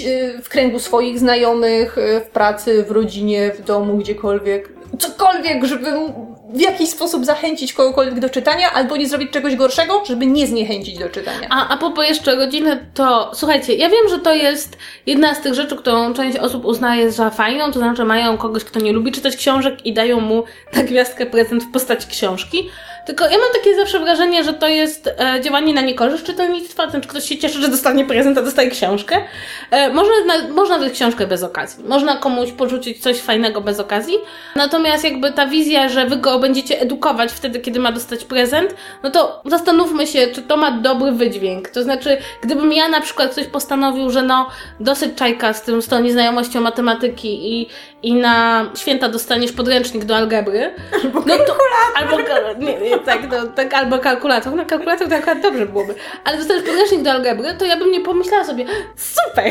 S3: w kręgu swoich znajomych, w pracy, w rodzinie, w domu, gdziekolwiek. Cokolwiek, żeby w jakiś sposób zachęcić kogokolwiek do czytania, albo nie zrobić czegoś gorszego, żeby nie zniechęcić do czytania.
S2: A, a propos jeszcze rodziny, to słuchajcie, ja wiem, że to jest jedna z tych rzeczy, którą część osób uznaje za fajną, to znaczy mają kogoś, kto nie lubi czytać książek i dają mu na gwiazdkę prezent w postaci książki. Tylko ja mam takie zawsze wrażenie, że to jest e, działanie na niekorzyść czytelnictwa, to znaczy ktoś się cieszy, że dostanie prezent, a dostaje książkę. E, można, na, można dać książkę bez okazji. Można komuś porzucić coś fajnego bez okazji. Natomiast jakby ta wizja, że wy go będziecie edukować wtedy, kiedy ma dostać prezent, no to zastanówmy się, czy to ma dobry wydźwięk. To znaczy, gdybym ja na przykład ktoś postanowił, że no dosyć czajka z tym, z tą nieznajomością matematyki i, i na święta dostaniesz podręcznik do algebry.
S1: Albo
S2: no to,
S1: kalkulator.
S2: Albo, nie, nie, tak, no, tak, albo kalkulator. No kalkulator to akurat dobrze byłoby. Ale dostaniesz podręcznik do algebry, to ja bym nie pomyślała sobie, super!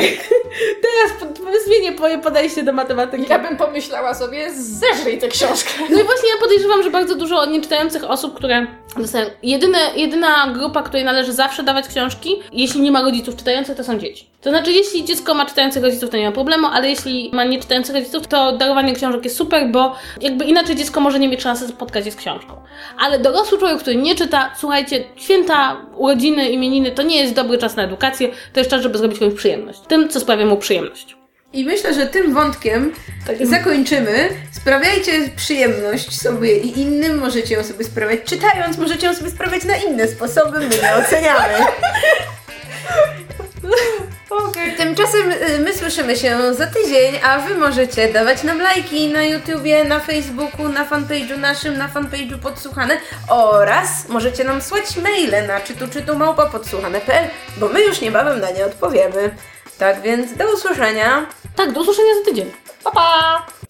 S2: Teraz zmienię moje podejście do matematyki.
S3: Ja bym pomyślała sobie, zeżryj tę książkę.
S2: No i właśnie ja podejrzewam, że bardzo dużo nieczytających osób, które dostają... Jedyne, jedyna grupa, której należy zawsze dawać książki, jeśli nie ma rodziców czytających, to są dzieci. To znaczy, jeśli dziecko ma czytających rodziców, to nie ma problemu, ale jeśli ma nieczytających rodziców, to darowanie książek jest super, bo jakby inaczej dziecko może nie mieć szansy spotkać się z książką. Ale dorosły człowiek, który nie czyta, słuchajcie, święta, urodziny, imieniny, to nie jest dobry czas na edukację, to jest czas, żeby zrobić komuś przyjemność. Tym, co sprawia mu przyjemność.
S1: I myślę, że tym wątkiem
S2: Tak.
S1: zakończymy. Sprawiajcie przyjemność sobie i innym. Możecie ją sobie sprawiać czytając, możecie ją sobie sprawiać na inne sposoby, my nie oceniamy.
S3: Okay.
S1: Tymczasem y, my słyszymy się za tydzień, a wy możecie dawać nam lajki na YouTubie, na Facebooku, na fanpage'u naszym, na fanpage'u Podsłuchane oraz możecie nam słać maile na czytu czytu małpa podsłuchane kropka p l, bo my już niebawem na nie odpowiemy. Tak więc do usłyszenia.
S2: Tak, do usłyszenia za tydzień.
S3: Pa, pa!